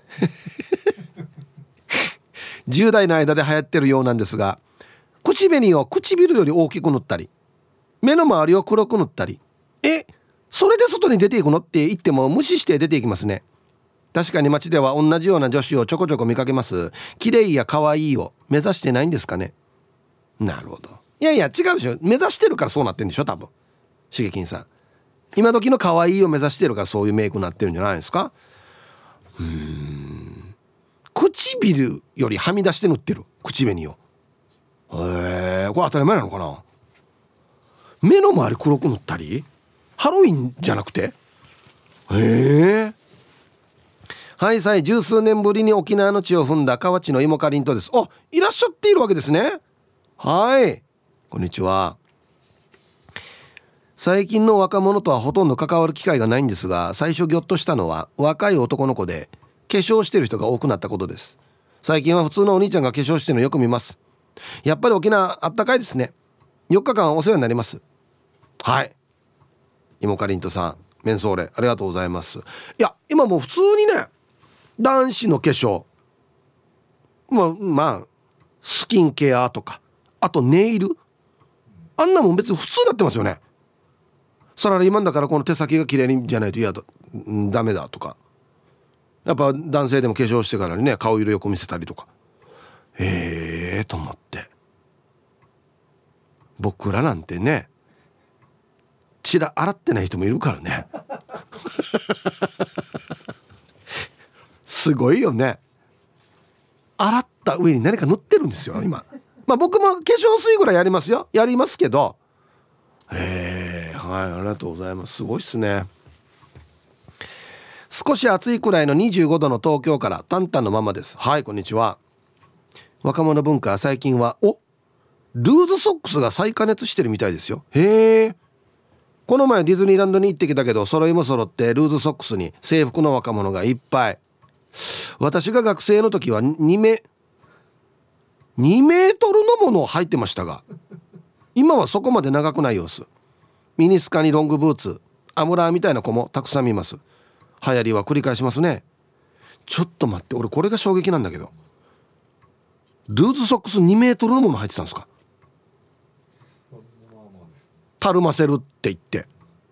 じゅう代の間で流行ってるようなんですが口紅を唇より大きく塗ったり目の周りを黒く塗ったり、えそれで外に出ていくのって言っても無視して出ていきますね。確かに街では同じような女子をちょこちょこ見かけます。綺麗や可愛いを目指してないんですかね。なるほど。いやいや違うでしょ。目指してるからそうなってるんでしょ多分。しげきんさん今時の可愛いを目指してるからそういうメイクになってるんじゃないですか。うーん唇よりはみ出して塗ってる口紅を。へえこれ当たり前なのかな。目の周り黒く塗ったりハロウィンじゃなくて？へえ。はいさい、十数年ぶりに沖縄の地を踏んだ河内の芋かりんとです。あ、いらっしゃっているわけですね。はい、こんにちは。最近の若者とはほとんど関わる機会がないんですが、最初ギョッとしたのは若い男の子で化粧してる人が多くなったことです。最近は普通のお兄ちゃんが化粧してるのよく見ます。やっぱり沖縄あったかいですね。よっかかんお世話になります。はい、芋かりんとさん、メンソーレありがとうございます。いや今もう普通にね、男子の化粧、まあまあスキンケアとか、あとネイル、あんなもん別に普通になってますよね。サラリーマンだからこの手先が綺麗にじゃないと嫌だ、ダメだとか、やっぱ男性でも化粧してからにね、顔色よく見せたりとか。へえと思って、僕らなんてね、チラ洗ってない人もいるからねすごいよね。洗った上に何か塗ってるんですよ今。まあ僕も化粧水ぐらいやりますよ、やりますけど。へえ、はい、ありがとうございます。すごいっすね。少し暑いくらいのにじゅうごどの東京からタンタンのママです。はい、こんにちは。若者文化、最近はおルーズソックスが再加熱してるみたいですよ。へえ。この前ディズニーランドに行ってきたけど、揃いも揃ってルーズソックスに制服の若者がいっぱい。私が学生の時は2メ2メートルのものを履いてましたが、今はそこまで長くない様子。ミニスカにロングブーツ、アムラーみたいな子もたくさん見ます。流行りは繰り返しますね。ちょっと待って、俺これが衝撃なんだけど、ルーズソックスにメートルのもの履いてたんですか？たるませるって言って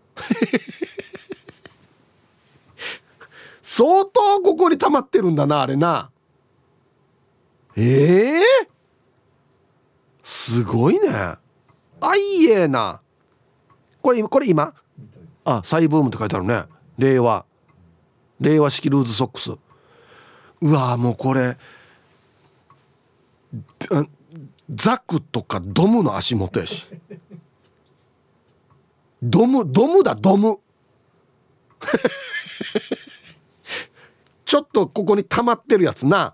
相当ここに溜まってるんだな、あれな。ええー、すごいね。あいえな。これこれ今あ再ブームって書いてあるね。令和令和式ルーズソックス。うわもうこれザクとかドムの足元やしドムドムだドムちょっとここに溜まってるやつな。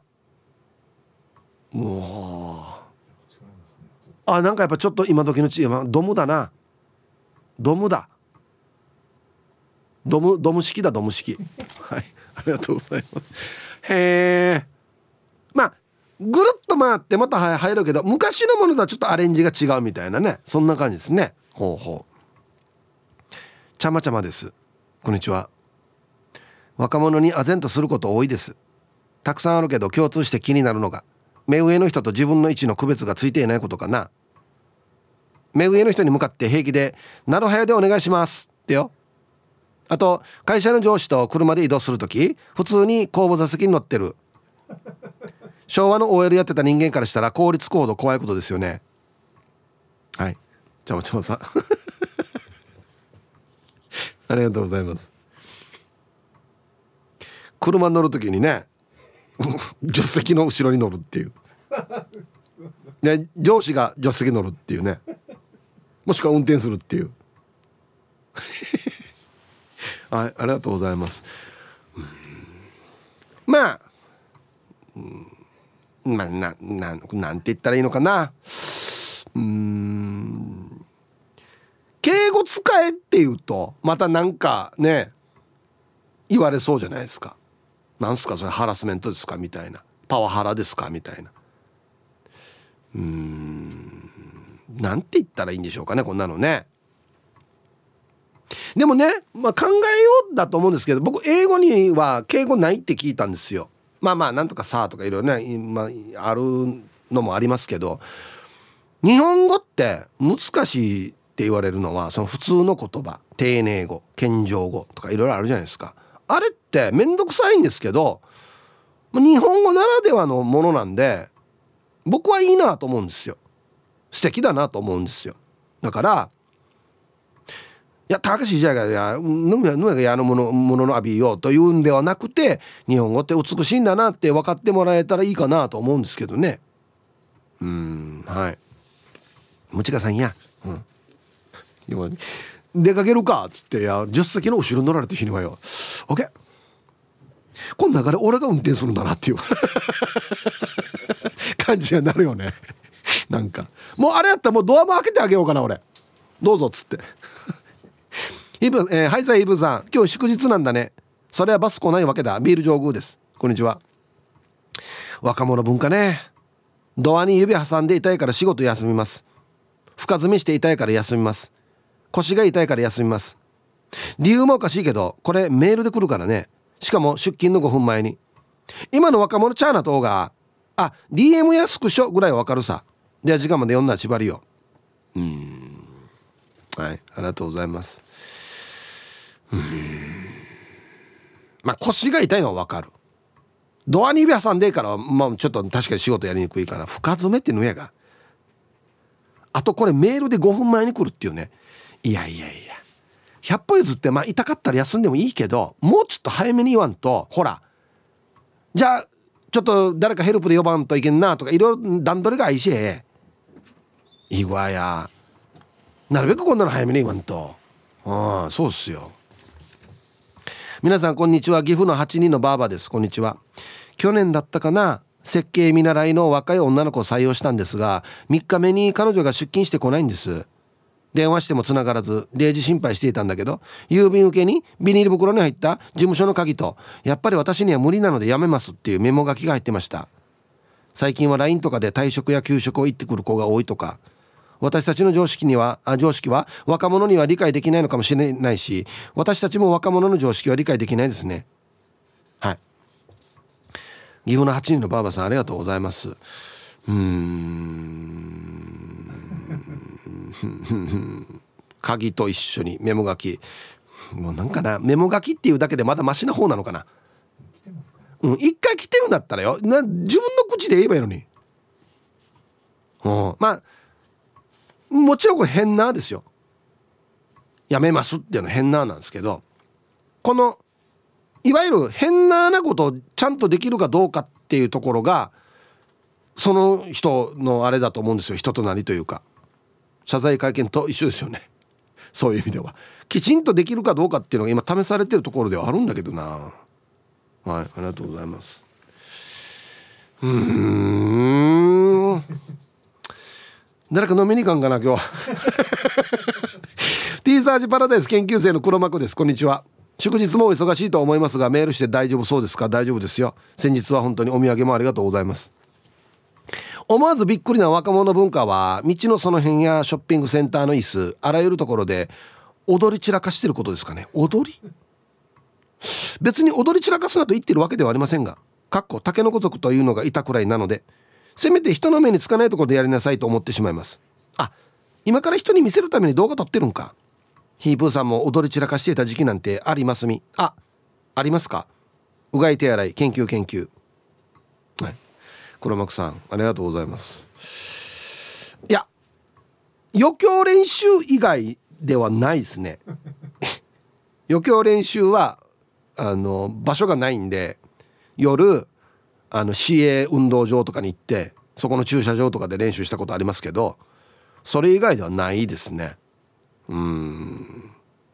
もうあ、なんかやっぱちょっと今時のチームドムだな。ドムだドムドム式だドム式はい、ありがとうございます。へえ。まあぐるっと回ってまた入るけど、昔のものとはちょっとアレンジが違うみたいなね、そんな感じですね。ほうほう。ちゃまちゃまです。こんにちは。若者に唖然とすること多いです。たくさんあるけど共通して気になるのが、目上の人と自分の位置の区別がついていないことかな。目上の人に向かって平気でなるはやでお願いしますってよ。あと会社の上司と車で移動するとき、普通に後部座席に乗ってる。昭和の オーエル やってた人間からしたら効率行動怖いことですよね。はい、ちゃまちゃまさんありがとうございます。車に乗るときにね助手席の後ろに乗るっていうね、上司が助手席に乗るっていうね、もしくは運転するっていうはい、ありがとうございます。うんまあ、うん、まあな、な、なんて言ったらいいのかな。うーん、敬語使えって言うとまたなんかね言われそうじゃないですか。なんすかそれ、ハラスメントですかみたいな、パワハラですかみたいな。うーん、なんて言ったらいいんでしょうかね、こんなのね。でもね、まあ、考えようだと思うんですけど、僕英語には敬語ないって聞いたんですよ。まあまあなんとかさとかいろいろね、まあ、あるのもありますけど、日本語って難しいって言われるのはその普通の言葉、丁寧語、謙譲語とかいろいろあるじゃないですか。あれってめんどくさいんですけど、日本語ならではのものなんで僕はいいなと思うんですよ。素敵だなと思うんですよ。だからいや高しじゃがやぬやぬやがやのものもののあびようというんではなくて、日本語って美しいんだなって分かってもらえたらいいかなと思うんですけどね。うーん、はい、もちかさんや、うん、 出かけるかっつって、いや助手席の後ろに乗られた日にはよ、オッケー、この中で俺が運転するんだなっていう感じになるよね。なんかもうあれやったらもうドアも開けてあげようかな俺、どうぞっつってイブ、えー、はいさいイブさん、今日祝日なんだね。それはバス来ないわけだ。ビール上宮です。こんにちは。若者文化ね。ドアに指挟んで痛いから仕事休みます。深爪して痛いから休みます。腰が痛いから休みます。理由もおかしいけどこれメールで来るからね。しかも出勤のごふんまえに。今の若者チャーナとがあ ディーエム やスクショぐらいわかるさ。では時間まで読んだら縛りよ。うーん、はい、ありがとうございます。うーん、まあ腰が痛いのはわかる。ドアに指挟んでから、まあ、ちょっと確かに仕事やりにくいから深爪ってぬやが、あとこれメールでごふんまえに来るっていうね。いやいやいや、ひゃっぽ譲ってまあ痛かったら休んでもいいけど、もうちょっと早めに言わんと、ほらじゃあちょっと誰かヘルプで呼ばんといけんなとかいろいろ段取りがいいし、いいわや、なるべくこんなの早めに言わんと。ああそうっすよ。皆さんこんにちは。岐阜のはちにんのバーバです。こんにちは。去年だったかな、設計見習いの若い女の子を採用したんですが、みっかめに彼女が出勤してこないんです。電話してもつながらず、デイジ心配していたんだけど、郵便受けにビニール袋に入った事務所の鍵と、やっぱり私には無理なのでやめますっていうメモ書きが入ってました。最近は ライン とかで退職や休職を言ってくる子が多いとか、私たちの常識にはあ常識は若者には理解できないのかもしれないし、私たちも若者の常識は理解できないですね。はい、岐阜のはちにんのバーバさん、ありがとうございます。うーん鍵と一緒にメモ書き、もうなんかな、メモ書きっていうだけでまだマシな方なのかな。うん、一回来てるんだったらよ、な自分の口で言えばいいのに。うん、まあもちろんこれ変なですよ。やめますっていうのは変ななんですけど、このいわゆる変ななことをちゃんとできるかどうかっていうところがその人のあれだと思うんですよ。人となりというか、謝罪会見と一緒ですよね。そういう意味ではきちんとできるかどうかっていうのが今試されてるところではあるんだけどな。はい、ありがとうございます。うーん誰か飲みに行かんかな今日はティーサージパラダイス研究生の黒幕です。こんにちは。祝日も忙しいと思いますがメールして大丈夫そうですか。大丈夫ですよ。先日は本当にお土産もありがとうございます。思わずびっくりな若者文化は、道のその辺やショッピングセンターの椅子、あらゆるところで踊り散らかしてることですかね。踊り別に踊り散らかすなと言ってるわけではありませんが、かっこタケノコ族というのがいたくらいなので、せめて人の目につかないところでやりなさいと思ってしまいます。あ、今から人に見せるために動画撮ってるんか。ヒープーさんも踊り散らかしていた時期なんてありますみ。あ、ありますか。うがい手洗い研究研究。はい、黒幕さんありがとうございます。いや余興練習以外ではないですね余興練習はあの場所がないんで、夜あの市営運動場とかに行ってそこの駐車場とかで練習したことありますけど、それ以外ではないですね。うーん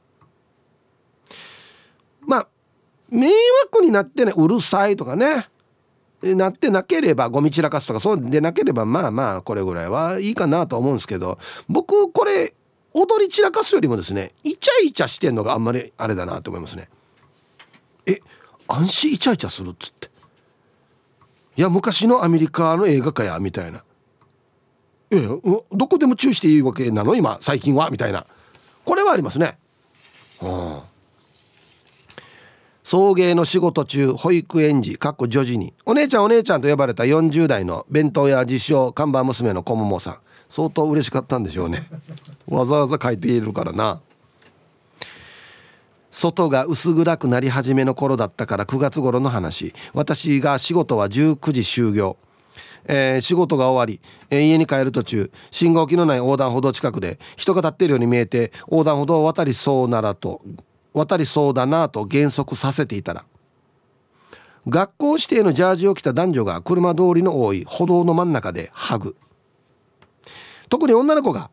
まあ迷惑になってね、うるさいとかねなってなければ、ゴミ散らかすとかそうでなければ、まあまあこれぐらいはいいかなと思うんですけど、僕これ踊り散らかすよりもですね、イチャイチャしてんのがあんまりあれだなと思いますね。え、安心イチャイチャするっつって、いや昔のアメリカの映画かやみたいな、えどこでも注意していいわけなの今最近はみたいな、これはありますね。はあ、送迎の仕事中、保育園児かっこ女児にお姉ちゃんお姉ちゃんと呼ばれたよんじゅう代の弁当屋自称看板娘のコモモさん、相当嬉しかったんでしょうねわざわざ書いているからな。外が薄暗くなり始めの頃だったからくがつ頃の話。私が仕事はじゅうくじ終了、えー、仕事が終わり、えー、家に帰る途中、信号機のない横断歩道近くで人が立っているように見えて、横断歩道を渡りそうならと渡りそうだなと減速させていたら、学校指定のジャージを着た男女が車通りの多い歩道の真ん中でハグ。特に女の子が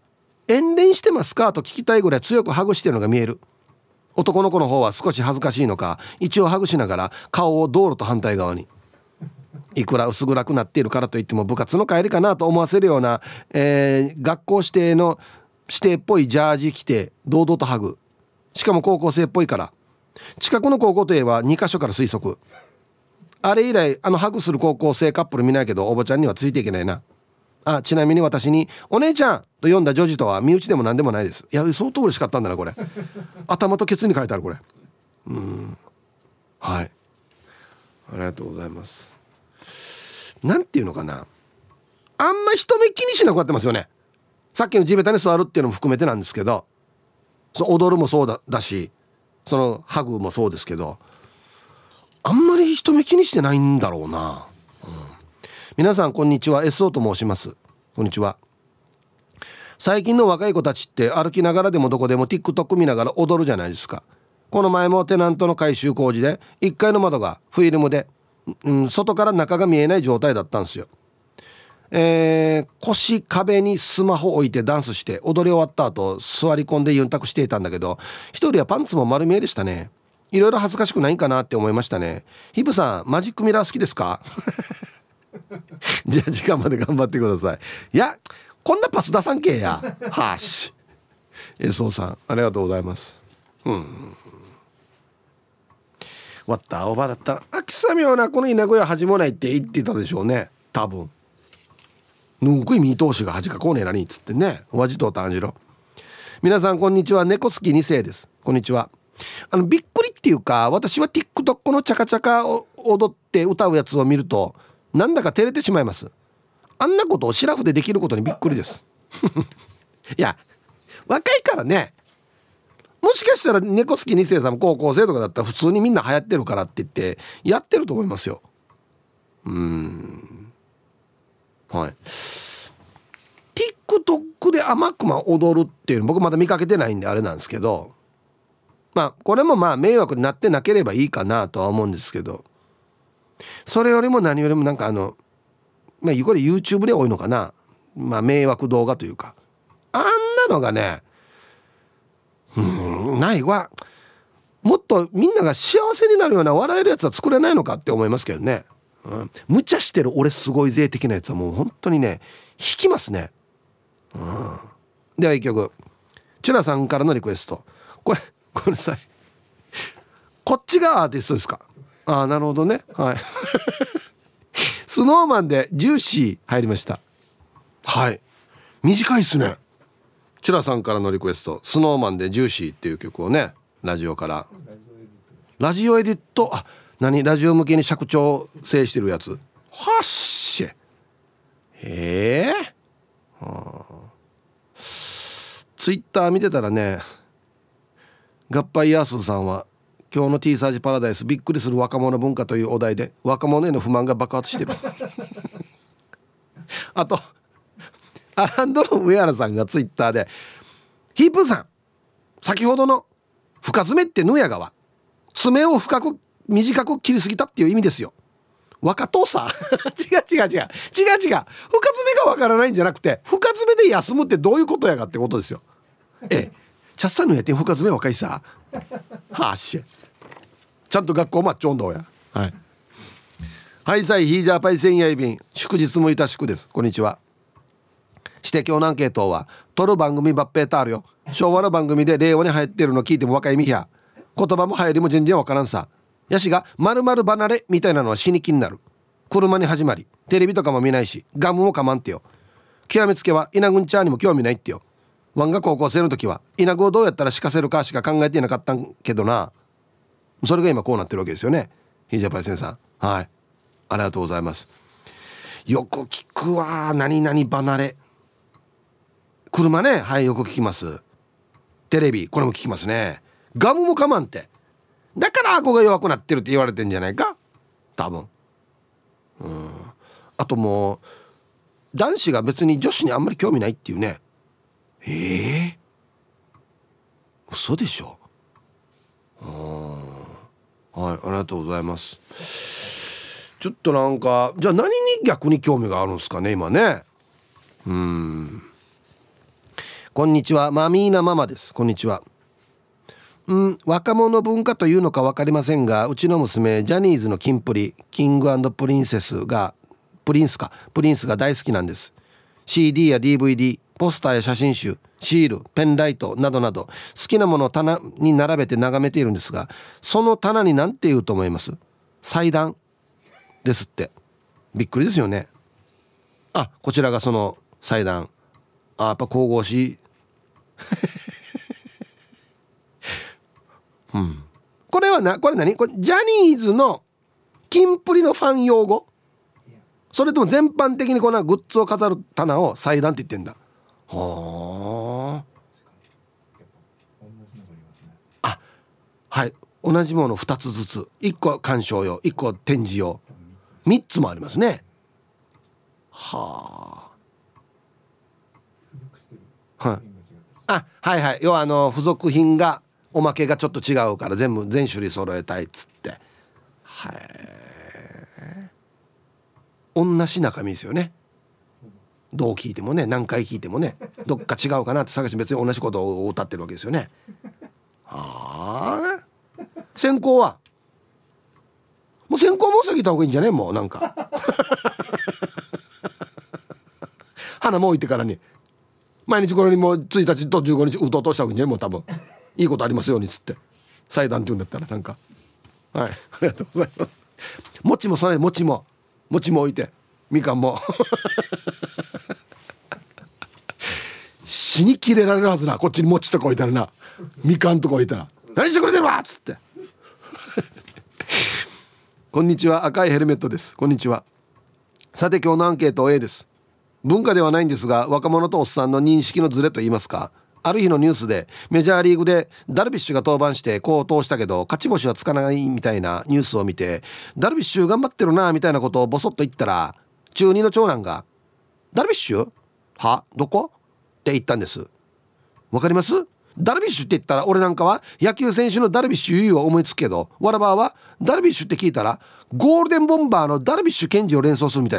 遠恋してますかと聞きたいぐらい強くハグしてるのが見える。男の子の方は少し恥ずかしいのか一応ハグしながら顔を道路と反対側に。いくら薄暗くなっているからといっても部活の帰りかなと思わせるような、えー、学校指定の指定っぽいジャージ着て堂々とハグ。しかも高校生っぽいから。近くの高校といえばにカ所から推測。あれ以来あのハグする高校生カップル見ないけどおばちゃんにはついていけないな。あ、ちなみに私にお姉ちゃんと呼んだ女児とは身内でも何でもないです。いや相当嬉しかったんだなこれ。頭とケツに書いてあるこれ。うん、はい、ありがとうございます。なんていうのかな、あんま人目気にしなくなってますよね。さっきの地べたに座るっていうのも含めてなんですけど、その踊るもそうだ、だしそのハグもそうですけど、あんまり人目気にしてないんだろうな、うん、皆さんこんにちは、 エスオー と申します。こんにちは。最近の若い子たちって歩きながらでもどこでも TikTok 見ながら踊るじゃないですか。この前もテナントの改修工事でいっかいの窓がフィルムで、うん、外から中が見えない状態だったんですよ。えー、腰壁にスマホ置いてダンスして踊り終わった後座り込んでユンタクしていたんだけど、一人はパンツも丸見えでしたね。いろいろ恥ずかしくないんかなって思いましたね。ヒブさんマジックミラー好きですか？じゃあ時間まで頑張ってください。いやこんなパス出さんけや。はしえそうさんありがとうございます。うん、わったおばだったら秋雨はなこの稲子や恥もないって言ってたでしょうね多分。ぬんくい見通しが恥かこうねえなにっつってね。おわじとたんじろ。皆さんこんにちは、猫好きに世です。こんにちは。あのびっくりっていうか、私は TikTok のチャカチャカを踊って歌うやつを見るとなんだか照れてしまいます。あんなことをシラフでできることにびっくりです。いや若いからね、もしかしたら猫好きに世さんも高校生とかだったら普通にみんな流行ってるからって言ってやってると思いますよ。うーん、はい。 TikTok で甘くま踊るっていうの僕まだ見かけてないんであれなんですけど、まあこれもまあ迷惑になってなければいいかなとは思うんですけど、それよりも何よりもなんかあのまあこれ YouTube で多いのかな、まあ迷惑動画というかあんなのがね、うーんないわ。もっとみんなが幸せになるような笑えるやつは作れないのかって思いますけどね、うん、無茶してる俺すごい税的なやつはもう本当にね引きますね、うん、では一曲チュラさんからのリクエスト。これごめんなさい、こっちがアーティストですか？ああなるほどね、はいスノーマンでジューシー入りました。はい短いっすね。チュラさんからのリクエスト、スノーマンでジューシーっていう曲をねラジオからラジオエディット、あ何ラジオ向けに尺調整してるやつはっしへえー、はあ、ツイッター見てたらねガッパイヤースーさんは今日の T サージパラダイスびっくりする若者文化というお題で若者への不満が爆発してるあとアランドの上原さんがツイッターでヒープーさん先ほどの深爪ってぬやがは爪を深く短く切りすぎたっていう意味ですよ。若父さ違う違う違う違う違う深爪がわからないんじゃなくて深爪で休むってどういうことやかってことですよ。ええチャッサンのやって深爪若いさはっしちゃんと学校マッチョンどうや。はいはいさいヒージャーパイセンヤイビン祝日もいたしくです。こんにちは。して今日のアンケートは撮る番組抜兵とあるよ。昭和の番組で令和に入ってるの聞いても若いみひゃ言葉も流行りも全然わからんさ。やしが〇〇離れみたいなのは死に気になる。車に始まりテレビとかも見ないしガムもかまんってよ。極めつけは稲ぐんちゃんにも興味ないってよ。ワンが高校生の時は稲ぐをどうやったら敷かせるかしか考えていなかったんけどな。それが今こうなってるわけですよね。ヒージャパイセンさんはいありがとうございます。よく聞くわ何々離れ。車ねはいよく聞きます。テレビこれも聞きますね。ガムもかまんってだから顎が弱くなってるって言われてんじゃないか多分。うんあともう男子が別に女子にあんまり興味ないっていうね。ええー、嘘でしょ。はいありがとうございます。ちょっとなんかじゃあ何に逆に興味があるんですかね今ね。うーんこんにちは、マミーナママです。こんにちは。うん若者文化というのか分かりませんが、うちの娘ジャニーズのキンプリキング&プリンセスがプリンスかプリンスが大好きなんです。 シーディー や ディーブイディー、 ポスターや写真集、シール、ペンライトなどなど好きなものを棚に並べて眺めているんですが、その棚に何て言うと思います？祭壇ですって。びっくりですよね。あ、こちらがその祭壇。あ、やっぱ神々しいうん、これはな、これ何？これジャニーズのキンプリのファン用語？それとも全般的にこんなグッズを飾る棚を祭壇って言ってんだ。はあ。あ、はい、同じものふたつずつ、いっこ鑑賞用、いっこ展示用、みっつもありますね。はあ。はい。あ、はいはい、要はあの付属品がおまけがちょっと違うから全部全種類揃えたいっつって。はい。同じ中身ですよね。どう聞いてもね、何回聞いてもね、どっか違うかなって探して別に同じことを歌ってるわけですよね。はあ。先行はもう先行もう過ぎた方がいいんじゃね？もうなんか花も置いてからに毎日これにもうついたちとじゅうごにちうとうとした方がいいんじゃね？もう多分いいことありますようにっつって祭壇って言うんだったらなんか。はい、ありがとうございます。餅もそれ、餅も餅も置いて、みかんも死にきれられるはずな。こっちに餅とか置いたらな、みかんとか置いたら何してくれてるわっつってこんにちは、赤いヘルメットです。こんにちは。さて今日のアンケート A です。文化ではないんですが、若者とおっさんの認識のズレと言いますか、ある日のニュースでメジャーリーグでダルビッシュが登板して好投したけど勝ち星はつかないみたいなニュースを見て、ダルビッシュ頑張ってるなみたいなことをボソッと言ったら、中にの長男がダルビッシュはどこって言ったんです。わかります？ダルビッシュって言ったら俺なんかは野球選手のダルビッシュ有を思いつくけど、ワラバーはダルビッシュって聞いたらゴールデンボンバーのダルビッシュ健二を連想するみたいです。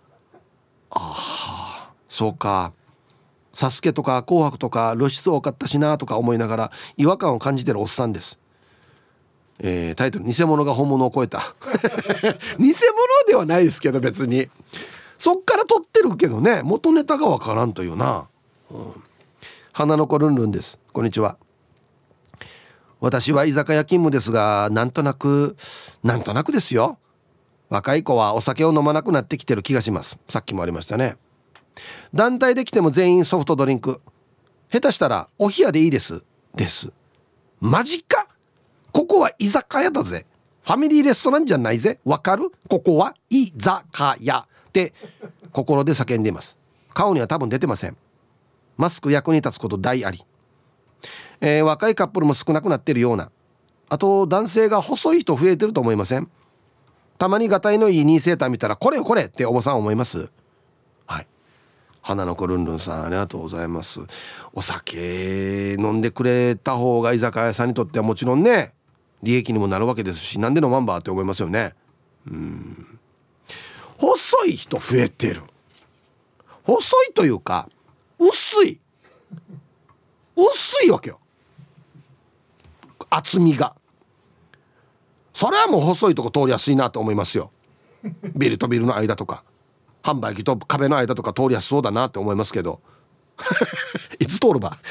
ああ、そうか。サスケとか紅白とか露出多かったしなとか思いながら違和感を感じてるおっさんです。えー、タイトル、偽物が本物を超えた偽物ではないですけど、別にそっから撮ってるけどね、元ネタがわからんというな、うん、花の子ルンルンです。こんにちは。私は居酒屋勤務ですが、なんとなくなんとなくですよ、若い子はお酒を飲まなくなってきてる気がします。さっきもありましたね。団体で来ても全員ソフトドリンク、下手したらお冷やでいいですです。マジか。ここは居酒屋だぜ。ファミリーレストランじゃないぜ。わかる？ここは居酒屋って心で叫んでいます。顔には多分出てません。マスク役に立つこと大あり、えー、若いカップルも少なくなっているような。あと男性が細い人増えてると思いません？たまにガタイのいいニーセーター見たらこれよこれっておばさん思います。はい。花の子ルンルンさん、ありがとうございます。お酒飲んでくれた方が居酒屋さんにとってはもちろんね、利益にもなるわけですし、なんで飲まんばって思いますよね。うーん、細い人増えてる。細いというか薄い薄いわけよ、厚みが。それはもう細いとこ通りやすいなと思いますよ。ビルとビルの間とか販売機と壁の間とか通りやすそうだなって思いますけどいつ通るば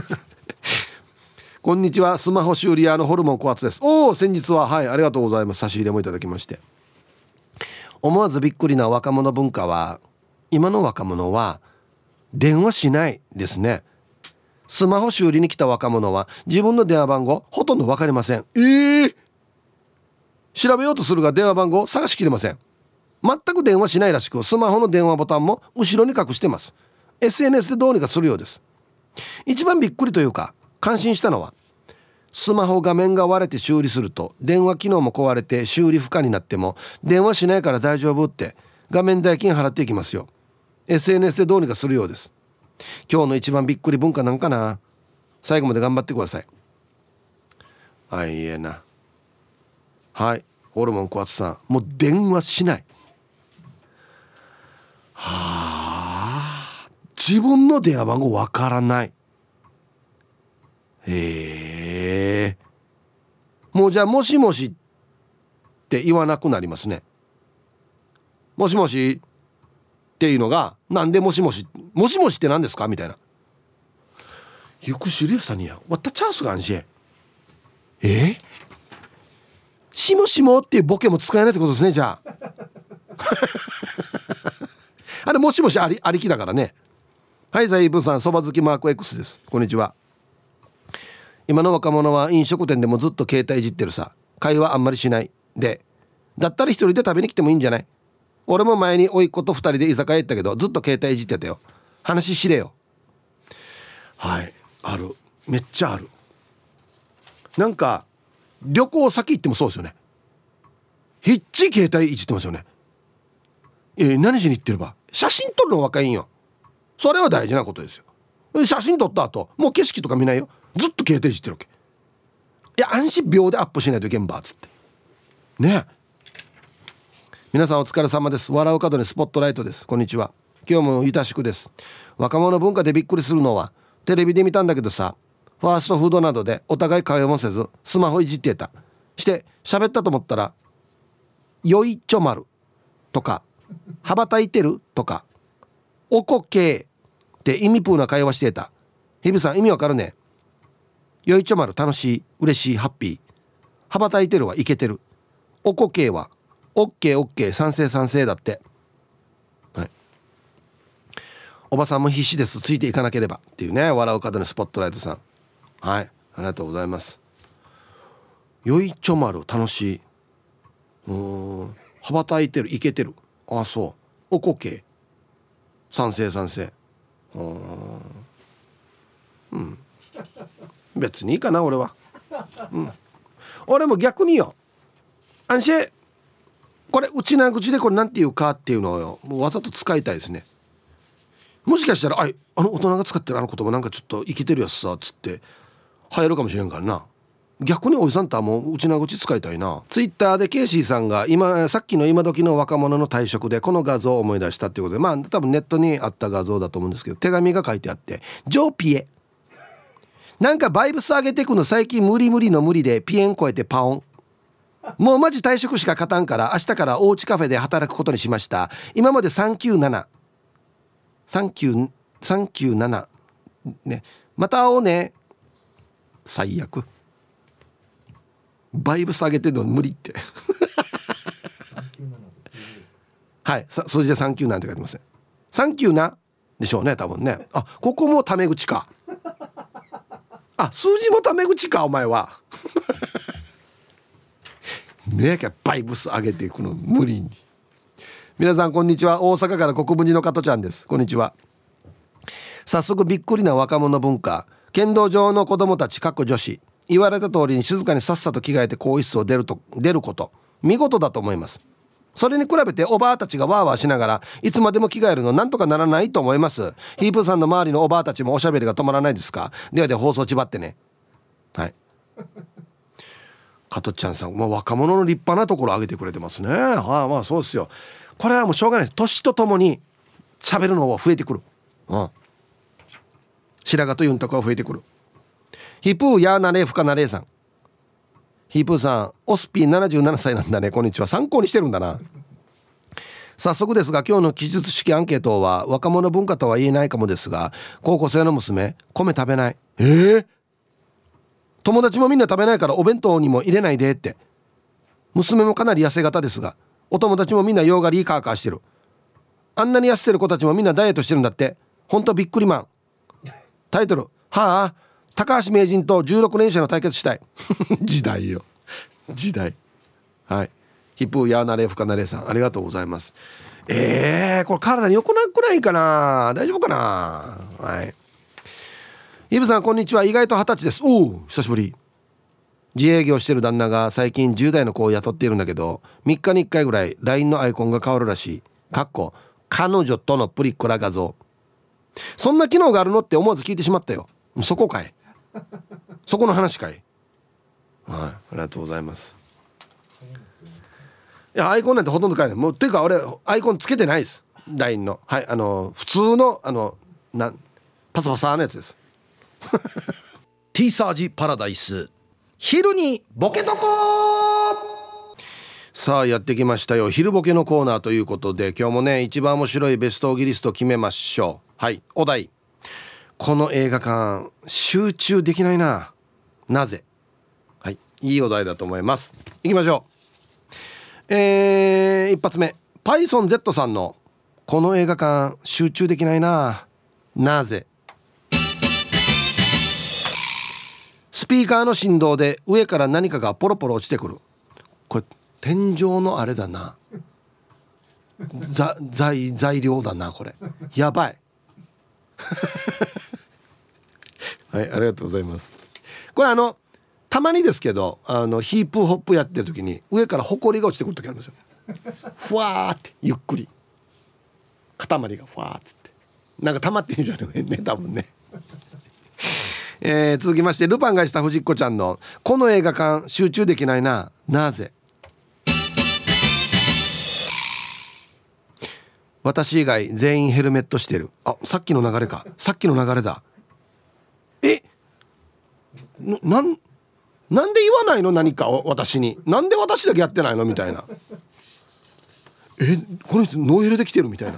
こんにちは、スマホ修理屋のホルモン小圧です。おお、先日ははい、ありがとうございます。差し入れもいただきまして。思わずびっくりな若者文化は、今の若者は電話しないですね。スマホ修理に来た若者は自分の電話番号ほとんど分かりません。えー、調べようとするが電話番号探しきれません。全く電話しないらしく、スマホの電話ボタンも後ろに隠してます。 エスエヌエス でどうにかするようです。一番びっくりというか感心したのは、スマホ画面が割れて修理すると電話機能も壊れて修理不可になっても電話しないから大丈夫って画面代金払っていきますよ。 エスエヌエス でどうにかするようです。今日の一番びっくり文化なんかな。最後まで頑張ってください。あいえな。はい、ホルモン小松さん、もう電話しない。はあ、 自分の電話番号わからない。へえ。もうじゃあもしもしって言わなくなりますね。もしもしっていうのが、なんでもしもしもしもしって何ですかみたいな。よく知りやさにやわったチャンスがあんし、えしもしもっていうボケも使えないってことですね。じゃああれもしもしありありきだからね。はい、ザイブさん、そば好きマーク X です。こんにちは。今の若者は飲食店でもずっと携帯いじってるさ。会話あんまりしないで、だったら一人で食べに来てもいいんじゃない。俺も前に甥っ子と二人で居酒屋行ったけどずっと携帯いじってたよ。話しれよ。はい、ある、めっちゃある。なんか旅行先行ってもそうですよね。ひっち携帯いじってますよね。えー、何しに行ってれば写真撮るの若いんよ。それは大事なことですよ。写真撮った後もう景色とか見ないよ。ずっと携帯いじってるわけ。いや、安心秒でアップしないといけんばっつってね。皆さんお疲れ様です。笑う角にスポットライトです。こんにちは。今日もゆたしくです。若者文化でびっくりするのは、テレビで見たんだけどさ、ファーストフードなどでお互い会話もせずスマホいじってた。して喋ったと思ったら、よいちょまるとか羽ばたいてるとかおこけって意味プーな会話してた。日比さん意味わかるね。よいちょまる楽しい、嬉しい、ハッピー。羽ばたいてるはイケてる。おこけはオッケーオッケー、賛成賛成だって、はい、おばさんも必死です、ついていかなければっていうね。笑う角のスポットライトさん、はい、ありがとうございます。よいちょまる楽しい、うーん、羽ばたいてる、イケてる、ああそう、おこけ賛成賛成、うーん、うん、別にいいかな俺は、うん、俺も逆によ、安心これうちな口でこれなんていうかっていうのをよ、もうわざと使いたいですね。もしかしたらあいあの大人が使ってるあの言葉なんかちょっとイケてるやつさつって流行るかもしれんからな。逆におじさんとはもううちな口使いたいな。ツイッターでケイシーさんが今さっきの今時の若者の退職でこの画像を思い出したっていうことで、まあ多分ネットにあった画像だと思うんですけど、手紙が書いてあって、ジョーピエなんかバイブス上げてくの最近無理無理の無理でピエン超えてパオン、もうマジ退職しか勝たんから明日からおうちカフェで働くことにしました。今までさんきゅうなな さんきゅう さんきゅうななね、また会おうね。最悪バイブス上げてるの無理ってはい数字でさんきゅうななって書いてますね。さんきゅうななでしょうね多分ね。あ、ここもタメ口か。あ、数字もタメ口かお前はねえ、バイブス上げていくの無理に。皆さんこんにちは。大阪から国分寺の加トちゃんです。こんにちは。早速びっくりな若者文化。剣道場の子供たちかっこ女子、言われた通りに静かにさっさと着替えて更衣室を出ると出ること見事だと思います。それに比べておばあたちがワーワーしながらいつまでも着替えるのなんとかならないと思います。ヒープーさんの周りのおばあたちもおしゃべりが止まらないですか。ではで放送ちばってね。はい加トちゃんさん、まあ、若者の立派なところを挙げてくれてますね。はい、あ、まあそうですよ。これはもうしょうがないです。年とともに喋るのは増えてくる。うん。白髪とユンタクは増えてくる。ヒープーやーなれふかなれさん。ヒープーさん、オスピーななじゅうななさいなんだね。こんにちは。参考にしてるんだな。早速ですが今日の記述式アンケートは若者文化とは言えないかもですが、高校生の娘米食べない。えー友達もみんな食べないからお弁当にも入れないでって。娘もかなり痩せ型ですがお友達もみんなヨーガリーカーカーしてる。あんなに痩せてる子たちもみんなダイエットしてるんだって。ほんとびっくりマン。タイトル、はあ高橋名人とじゅうろくねん生の対決したい時代よ時代。はい、ヒップーヤーナレフカナレさん、ありがとうございます。えー、これ体に良くなくないかな、大丈夫かな。はい、イブさんこんにちは。意外とはたちです。おお久しぶり。自営業してる旦那が最近じゅう代の子を雇っているんだけど、みっかにいっかいぐらい ライン のアイコンが変わるらしい。かっこ彼女とのプリクラ画像。そんな機能があるのって思わず聞いてしまったよ。そこかいそこの話かい。はい、ありがとうございます。いやアイコンなんてほとんど変えない。もうていうか俺アイコンつけてないです ライン の。はい、あの普通のあのなんパサパサのやつですティーサージパラダイス、昼にボケとこ。 さあやってきましたよ、昼ボケのコーナーということで、今日もね一番面白いベストオギリスト決めましょう。はい、お題、この映画館集中できないな、なぜ。はい、いいお題だと思います。いきましょう。えー、一発目、パイソン Z さんのこの映画館集中できないな、なぜ。スピーカーの振動で上から何かがポロポロ落ちてくる。これ天井のあれだな、材材料だな、これやばいはい、ありがとうございます。これあのたまにですけど、あのヒップホップやってる時に上からホコリが落ちてくる時ありますよふわーってゆっくり塊がふわーってなんか溜まってるんじゃないね、多分ねえー、続きまして、ルパンがした藤子ちゃんのこの映画館集中できないな、なぜ。私以外全員ヘルメットしてる。あ、さっきの流れか、さっきの流れだ。えな、なんなんで言わないの、何かを私に。なんで私だけやってないのみたいな。え、この人ノーヘルで来てるみたいな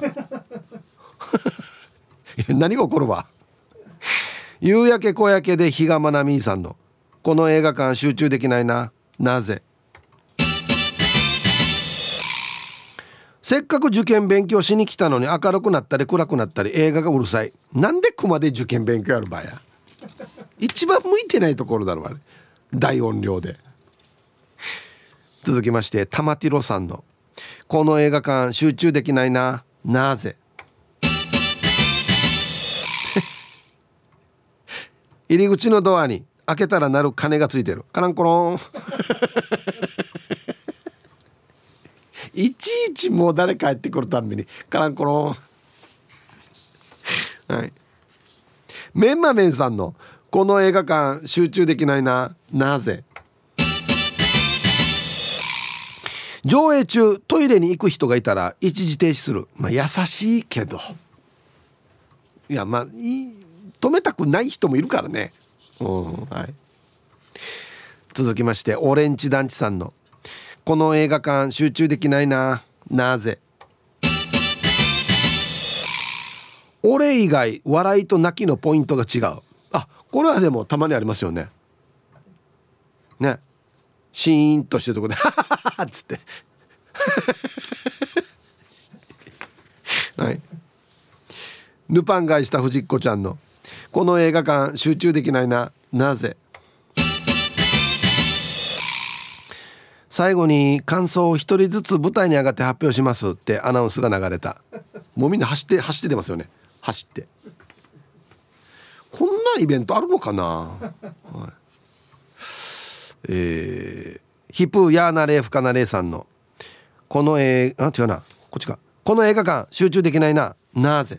何が起こるわ。夕焼け小焼けで比嘉愛未さんのこの映画館集中できないな、なぜ。せっかく受験勉強しに来たのに明るくなったり暗くなったり映画がうるさい。なんで熊で受験勉強やる場合や。一番向いてないところだろう、あれ大音量で。続きまして、玉ティロさんのこの映画館集中できないな、なぜ。入り口のドアに開けたら鳴る鐘がついてる。カランコロンいちいちもう誰帰ってくるたんびにカランコロンはい。メンマメンさんのこの映画館集中できないな、なぜ。上映中トイレに行く人がいたら一時停止する。まあ優しいけど、いやまあいい、止めたくない人もいるからね、うんはい。続きまして、オレンジ団地さんのこの映画館集中できないな、なぜ。俺以外笑いと泣きのポイントが違う。あ、これはでもたまにありますよね。ね、シーンとしてるとこでハハハハっつってはい。ルパン買いした藤子ちゃんのこの映画館集中できないな、なぜ。最後に感想を一人ずつ舞台に上がって発表しますってアナウンスが流れた。もうみんな走って走って出ますよね。走って、こんなイベントあるのかな、はい。えー、ヒプーヤーナレーフカナレーさんのこの映画、あ、違うな、こっちか。この映画館集中できないな、なぜ。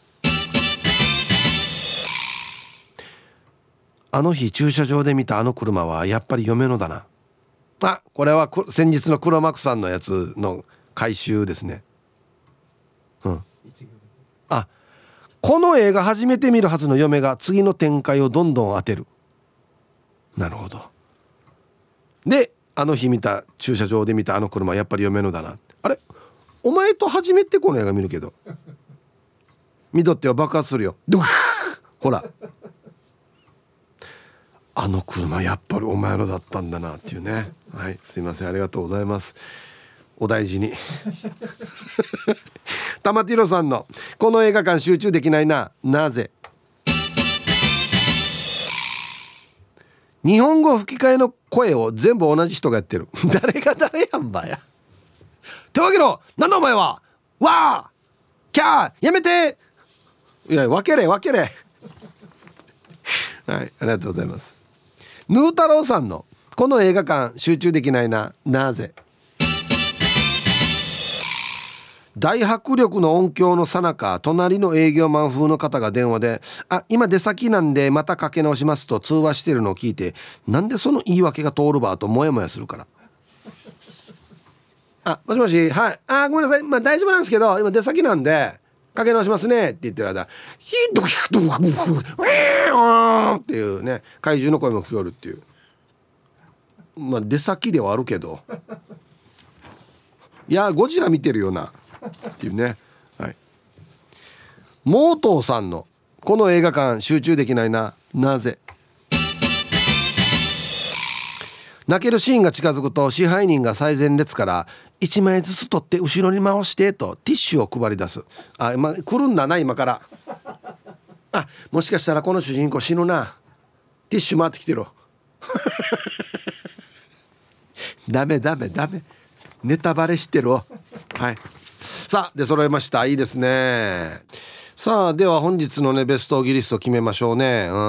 あの日駐車場で見たあの車はやっぱり嫁のだな。あ、これは先日の黒幕さんのやつの回収ですね。うん。あ、この映画初めて見るはずの嫁が次の展開をどんどん当てる。なるほど。で、あの日見た駐車場で見たあの車はやっぱり嫁のだな。あれ、お前と初めてこの映画見るけど見とっては爆発するよ。ほら、あの車やっぱりお前のだったんだなっていうね。はい、すいません、ありがとうございます。お大事に玉ティロさんのこの映画館集中できないな、なぜ。日本語吹き替えの声を全部同じ人がやってる誰が誰やんばや。手を挙げろ、なんだお前は、わーキャーやめて、いや分けれ分けれはい、ありがとうございます。ヌー太郎さんのこの映画館集中できないな、なぜ。大迫力の音響のさなか、隣の営業マン風の方が電話で、あ、今出先なんでまたかけ直しますと通話してるのを聞いて、なんでその言い訳が通るばとモヤモヤするから。あ、もしもし、はい、あ、ごめんなさい、まあ大丈夫なんですけど今出先なんでかけ直しますねって言ってる間ヒードヒードウーンっていうね怪獣の声も聞こえるっていう、まあ出先ではあるけどいやゴジラ見てるよなっていうね。はい、モートーさんのこの映画館集中できないな、なぜ。泣けるシーンが近づくと支配人が最前列からいちまいずつ取って後ろに回してとティッシュを配り出す。あ、今来るんだな今から。あ、もしかしたらこの主人公死ぬな、ティッシュ回ってきてるダメダメダメ、ネタバレしてる。はい、さあで揃えました。いいですね。さあでは本日のねベストギリスト決めましょうね。うん、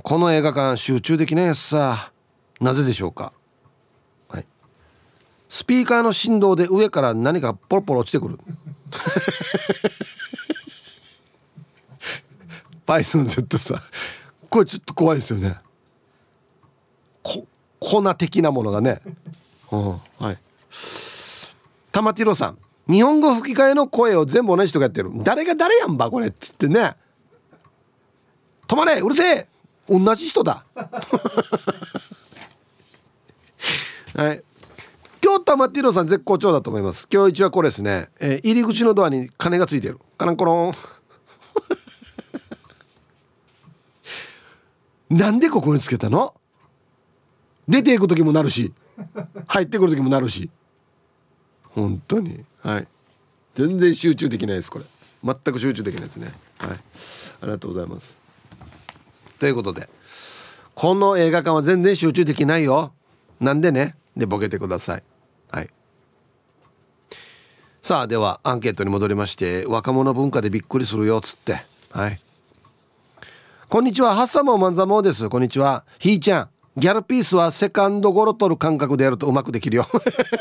この映画館集中できないやつさ、なぜでしょうか。はい、スピーカーの振動で上から何かポロポロ落ちてくるパイソン Z さ、これちょっと怖いですよね。こ粉的なものがね、うん、はい。玉ティロさん、日本語吹き替えの声を全部同じ人がやってる。誰が誰やんばこれっつってね。止まれうるせえ、同じ人だはい、今日玉ティロさん絶好調だと思います。今日一はこれですね、えー、入り口のドアに鐘がついてる。カランコロンなんでここにつけたの。出ていく時もなるし入ってくる時もなるし、本当に、はい、全然集中できないです。これ全く集中できないですね。はい、ありがとうございます。ということでこの映画館は全然集中できないよ、なんでねでボケてください。はい、さあではアンケートに戻りまして、若者文化でびっくりするよっつって。はい、こんにちは、ハッサモーマンザモーです。こんにちは。ひーちゃん、ギャルピースはセカンドゴロ取る感覚でやるとうまくできるよ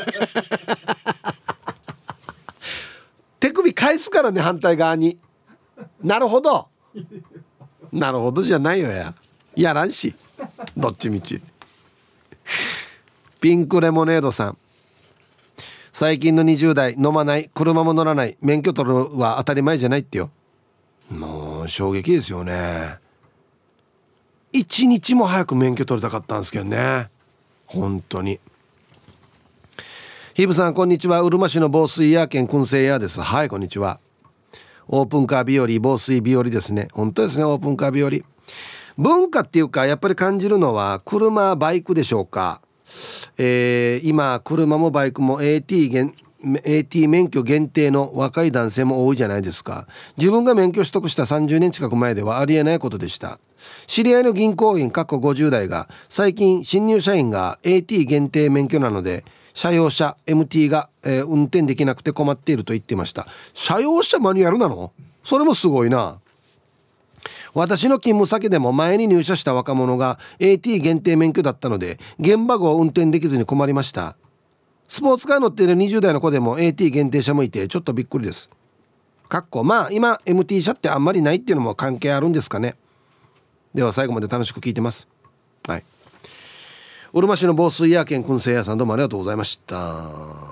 手首返すからね、反対側に。なるほどなるほどじゃないよや、やらんしどっちみち。ピンクレモネードさん、最近のにじゅう代飲まない、車も乗らない、免許取るのは当たり前じゃないってよ。もう衝撃ですよね。一日も早く免許取りたかったんですけどね、本当に。ヒブさんこんにちは、うるま市の防水屋兼燻製屋です。はい、こんにちは。オープンカー日和、防水日和ですね。本当ですね、オープンカー日和。文化っていうかやっぱり感じるのは車バイクでしょうか。えー、今車もバイクも エーティー 限 エーティー 免許限定の若い男性も多いじゃないですか。自分が免許取得したさんじゅうねん近く前ではありえないことでした。知り合いの銀行員ごじゅう代が最近新入社員が エーティー 限定免許なので車用車 エムティー が、えー、運転できなくて困っていると言ってました。車用車マニュアルなの？それもすごいな。私の勤務先でも前に入社した若者が エーティー 限定免許だったので現場後運転できずに困りました。スポーツカー乗っているにじゅう代の子でも エーティー 限定車もいてちょっとびっくりです。かっこまあ今 エムティー 車ってあんまりないっていうのも関係あるんですかね。では最後まで楽しく聞いてます。はい、うるま市の防水屋兼燻製屋さん、どうもありがとうございました。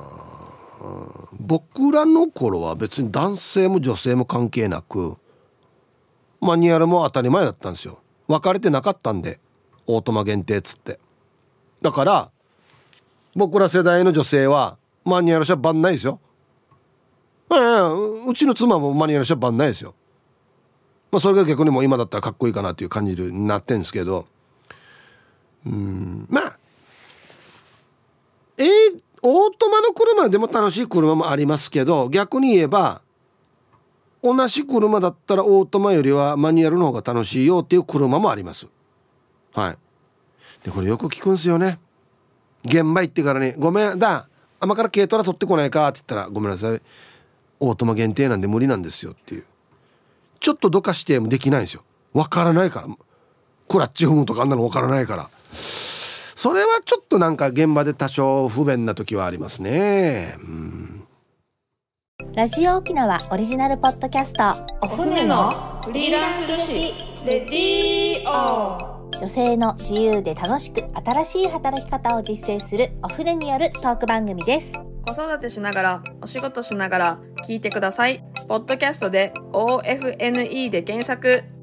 僕らの頃は別に男性も女性も関係なくマニュアルも当たり前だったんですよ。分かれてなかったんでオートマ限定っつって。だから僕ら世代の女性はマニュアル車バンないですよ。ええ、うちの妻もマニュアル車バンないですよ。まあ、それが逆にもう今だったらかっこいいかなっていう感じになってるんですけど、うーん、まあえー、オートマの車でも楽しい車もありますけど、逆に言えば同じ車だったらオートマよりはマニュアルの方が楽しいよっていう車もあります。はい。でこれよく聞くんですよね。現場行ってからにごめんだ甘から軽トラ取ってこないかって言ったらごめんなさいオートマ限定なんで無理なんですよっていう。ちょっとどかしてもできないんですよ。わからないから、クラッチ踏むとかあんなのわからないから。それはちょっとなんか現場で多少不便な時はありますね。うん。 ラジオ沖縄オリジナルポッドキャストお船のフリーランス女子レディオ。 女性の自由で楽しく新しい働き方を実践するお船によるトーク番組です。 子育てしながらお仕事しながら聞いてください。 ポッドキャストで オーエフエヌイー で検索。